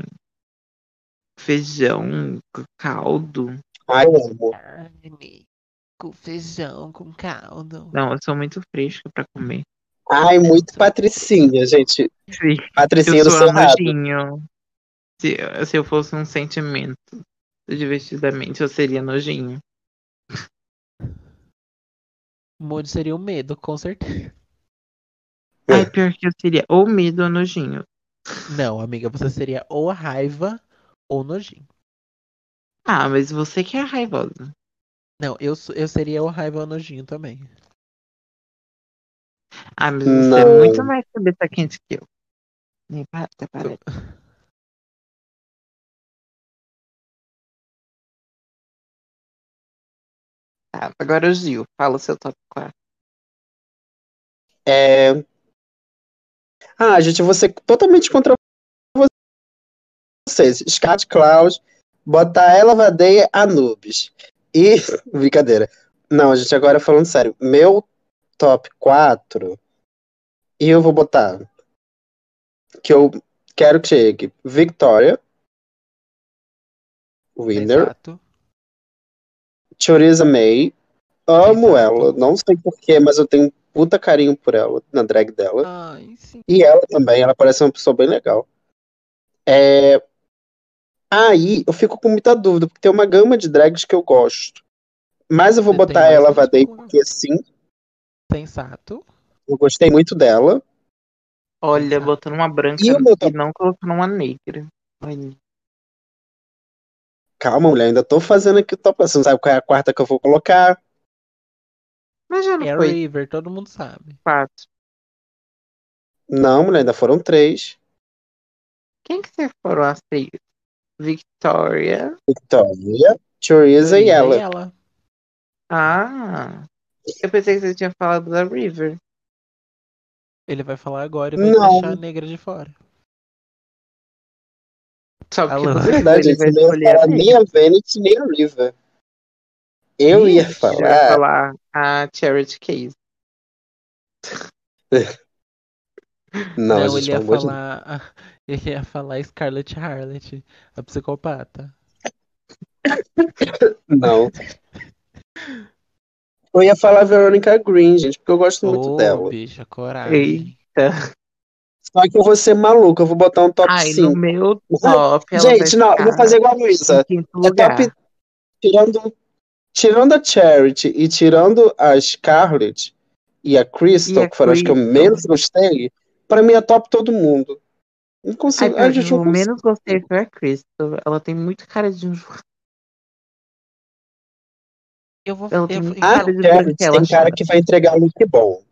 feijão, com caldo. Ai, eu amo. Carne com feijão, com caldo. Não, eu sou muito fresca pra comer. Ai, muito Só- patricinha, gente. Sim, eu Patricinha do sou a Cerrado. nojinho. Se, se eu fosse um sentimento divertidamente, eu seria nojinho. Mood seria o medo, com certeza. Ai, pior que eu seria ou medo ou nojinho. Não, amiga, você seria ou a raiva ou nojinho. Ah, mas você que é raivosa. Não, eu, sou- eu seria ou raiva ou nojinho também. Ah, mas você é muito Não. mais cabeça quente que eu. Nem para, até parece. Tá, agora o Gil, fala o seu top quatro. É... Ah, gente, eu vou ser totalmente contra vocês. Scat Klaus, botar ela Vadeia Anubis. E, brincadeira, Não, gente, agora falando sério. Meu top quatro, e eu vou botar que eu quero que chegue Victoria, Winner, Sensato. Theresa May. Amo Sensato. ela, não sei porquê, mas eu tenho um puta carinho por ela, na drag dela. Ai, sim. E ela também, ela parece uma pessoa bem legal. É... Aí eu fico com muita dúvida, porque tem uma gama de drags que eu gosto. Mas eu vou Você tem botar ela, bastante Vadei, boa. porque sim, Sensato. eu gostei muito dela. Olha, Sensato. botando uma branca E o meu e top... não colocando uma negra. Olha. Calma, mulher, ainda tô fazendo aqui o top. Você não sabe qual é a quarta que eu vou colocar? Mas já não É a foi River, todo mundo sabe. quatro. Não, mulher, ainda foram três. Quem que você foram as três? Victoria. Victoria, Theresa e Theresa e ela. ela. Ah, eu pensei que você tinha falado da River. Ele vai falar agora e vai deixar a Não, negra de fora. Só porque Alô. é você falou, verdade, ele gente. vai Você não ia escolher a falar nem negra. a Vanity nem a River. Eu ia Ixi. Ele vai falar. falar a Charity Case. Não, Não, gente, ele ia pelo amor de Deus. falar. Ele ia falar Scarlett Harlot, a psicopata. Não. Eu ia falar Veronica Green, gente, porque eu gosto muito Ô, dela. bicha, coragem. Eita. Só que eu vou ser maluca, eu vou botar um top Ai, no cinco. meu top, ela vai Gente, não, eu vou ficar fazer igual a em Luísa. quinto É top, lugar. tirando, tirando a Charity e tirando a Scarlett e a E Crystal, a que foram as que eu Crystal? menos gostei, pra mim é top todo mundo. Não Ai, consigo, a pior que gente não eu consegue. menos gostei foi a Crystal. Ela tem muito cara de enjoada. Eu vou. Ela tem Eu, muito A cara então, de Charity branquela tem cara chata. que vai entregar look bom.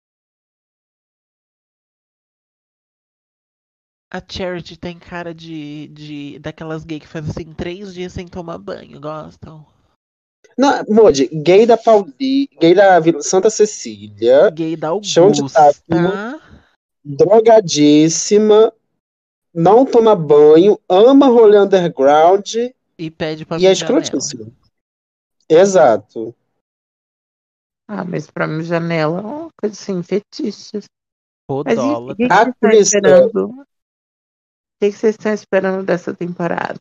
a Charity tem cara de, de. Daquelas gay que faz assim três dias sem tomar banho, gostam? Não, Modi, gay da Pauli, gay da Vila Santa Cecília, Gay da chão de tábua, Augusta drogadíssima, não toma banho, ama rolê underground e pede pra e é mim janela. escrotíssima. Exato. Ah, mas pra mim, janela é uma coisa assim, fetiche. Mas e o que, que A Podólatra. vocês estão Crystal, esperando? O que, que vocês estão esperando dessa temporada?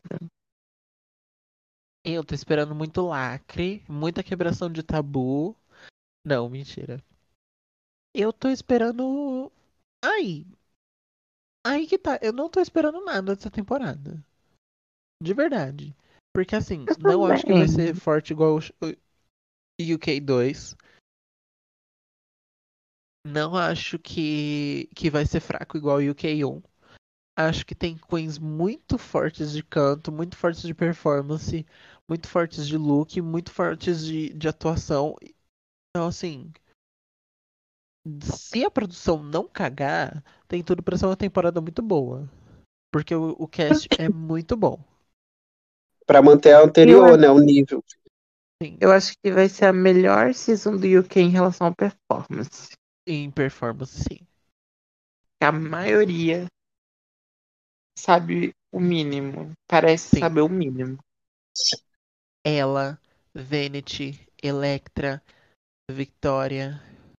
Eu tô esperando muito lacre, muita quebração de tabu. Não, mentira. Eu tô esperando. Aí. Aí que tá. Eu não tô esperando nada dessa temporada. De verdade. Porque assim, Eu não acho que vai ser também. forte igual o U K dois. Não acho que, que vai ser fraco igual o U K um. Acho que tem queens muito fortes de canto, muito fortes de performance, muito fortes de look, muito fortes de, de atuação. Então, assim, se a produção não cagar, tem tudo pra ser uma temporada muito boa. Porque o, o cast é muito bom. pra manter a Eu anterior, acho, né, o nível. Sim, eu acho que vai ser a melhor season do U K em relação à performance. em performance, sim. A maioria sabe o mínimo. Parece Sim. saber o mínimo. Ela, Vanity, Electra, Victoria.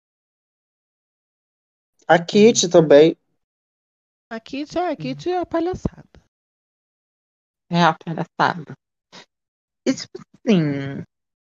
A Kitty também. A Kit, a Kit é a palhaçada. É a palhaçada. E tipo assim.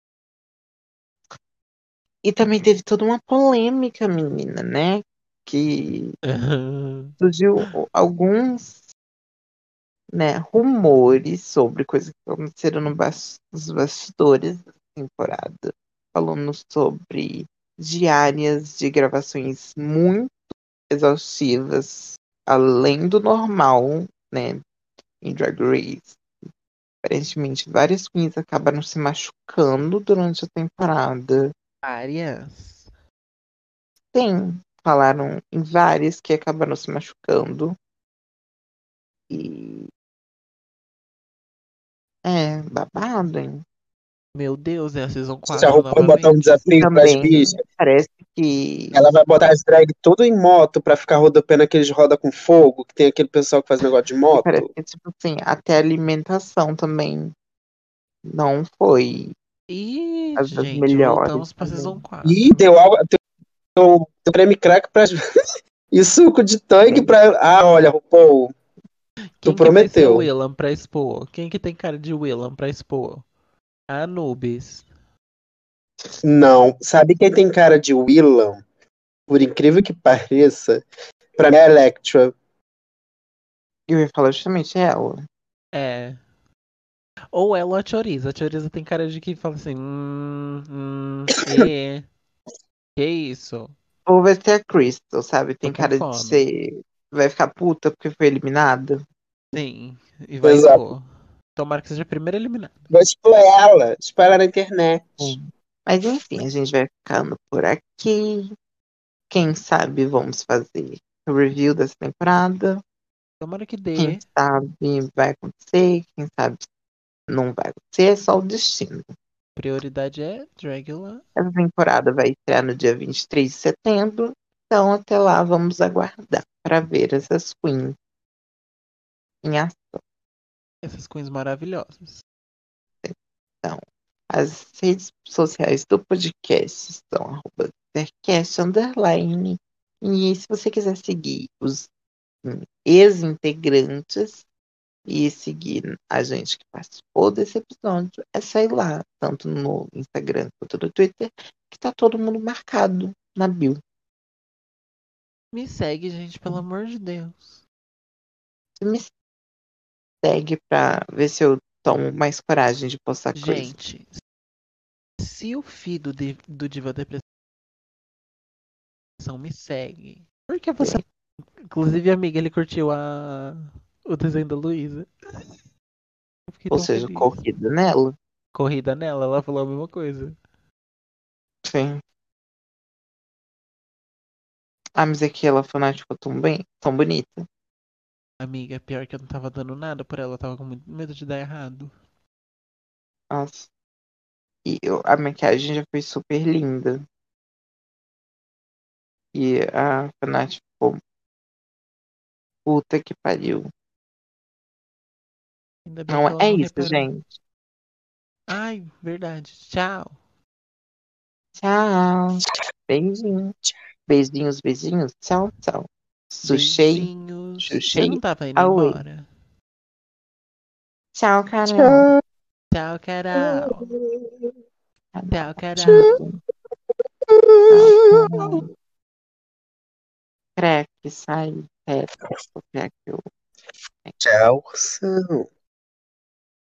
E também teve toda uma polêmica, menina, né? Que surgiu alguns, né, rumores sobre coisas que aconteceram no bas- nos bastidores da temporada, falando sobre diárias de gravações muito exaustivas, além do normal, né, em Drag Race. Aparentemente, várias queens acabaram se machucando durante a temporada. Arias. Tem, falaram em várias que acabaram se machucando. E é babado, hein? Meu Deus, é a Season Se a quatro RuPaul botar um novamente. E desafio pras também bichas, parece que, ela vai botar as drag tudo em moto pra ficar rodando aqueles roda com fogo, que tem aquele pessoal que faz negócio de e parece moto. que, tipo assim, até a alimentação também não foi E, As das gente, melhores voltamos pra Season também. E quatro. deu algo. Deu, deu creme crack pra. E suco de tangue pra. Ah, olha, RuPaul, tu Quem que vai ser o prometeu. Willam pra expor? Quem que tem cara de Willam pra expor? Anubis. Não. Sabe quem tem cara de Willam? Por incrível que pareça, pra mim é a Electra. Eu ia falar justamente ela. É. Ou ela ou a Choriza. A Choriza tem cara de que fala assim. Hum, hum, e, que isso? Ou vai ser a Crystal, sabe? Tô Tem com cara de fome. ser. Vai ficar puta porque foi eliminada. Sim, e vai Exato. expor. Tomara que seja a primeira eliminada. Vou expor ela. Expor ela na internet. Hum. Mas enfim, a gente vai ficando por aqui. Quem sabe vamos fazer o review dessa temporada. Tomara que Quem dê. sabe vai acontecer, quem sabe não vai acontecer, é só o destino. Prioridade é Dragula. Essa temporada vai estrear no dia vinte e três de setembro, então até lá vamos aguardar para ver essas queens em ação. Essas queens maravilhosas. Então, as redes sociais do podcast são arroba Dercast underline. E se você quiser seguir os hum, ex-integrantes e seguir a gente que participou desse episódio, é só ir lá, tanto no Instagram quanto no Twitter, que tá todo mundo marcado na bio. Me segue, gente, pelo amor de Deus. Você me segue pra ver se eu tomo mais coragem de postar coisa. Gente, se o feed do, Di- do Diva Depressão me segue, por que você. Inclusive, amiga, ele curtiu a... o desenho da Luísa. Eu fiquei Ou tão seja, feliz. corrida nela. Corrida nela, ela falou a mesma coisa. Sim. Ah, mas é que ela ficou tão bem, tão bonita. Amiga, pior que eu não tava dando nada por ela, eu tava com muito medo de dar errado. Nossa. E eu- a maquiagem já foi super linda. E a Fnatic ficou puta que pariu. Ainda bem Não, que ela é não isso, reparou. gente. Ai, verdade. Tchau. Tchau. Beijinho. Beijinhos, beijinhos. Tchau, tchau. Sushei, Beijinhos. Você xuxei, não tava indo away. embora? Tchau, Carol. Tchau. Tchau, Carol. Tchau, Tchau. Carol. Tchau, Carol. Crack, sai. É, crack, eu Tchau.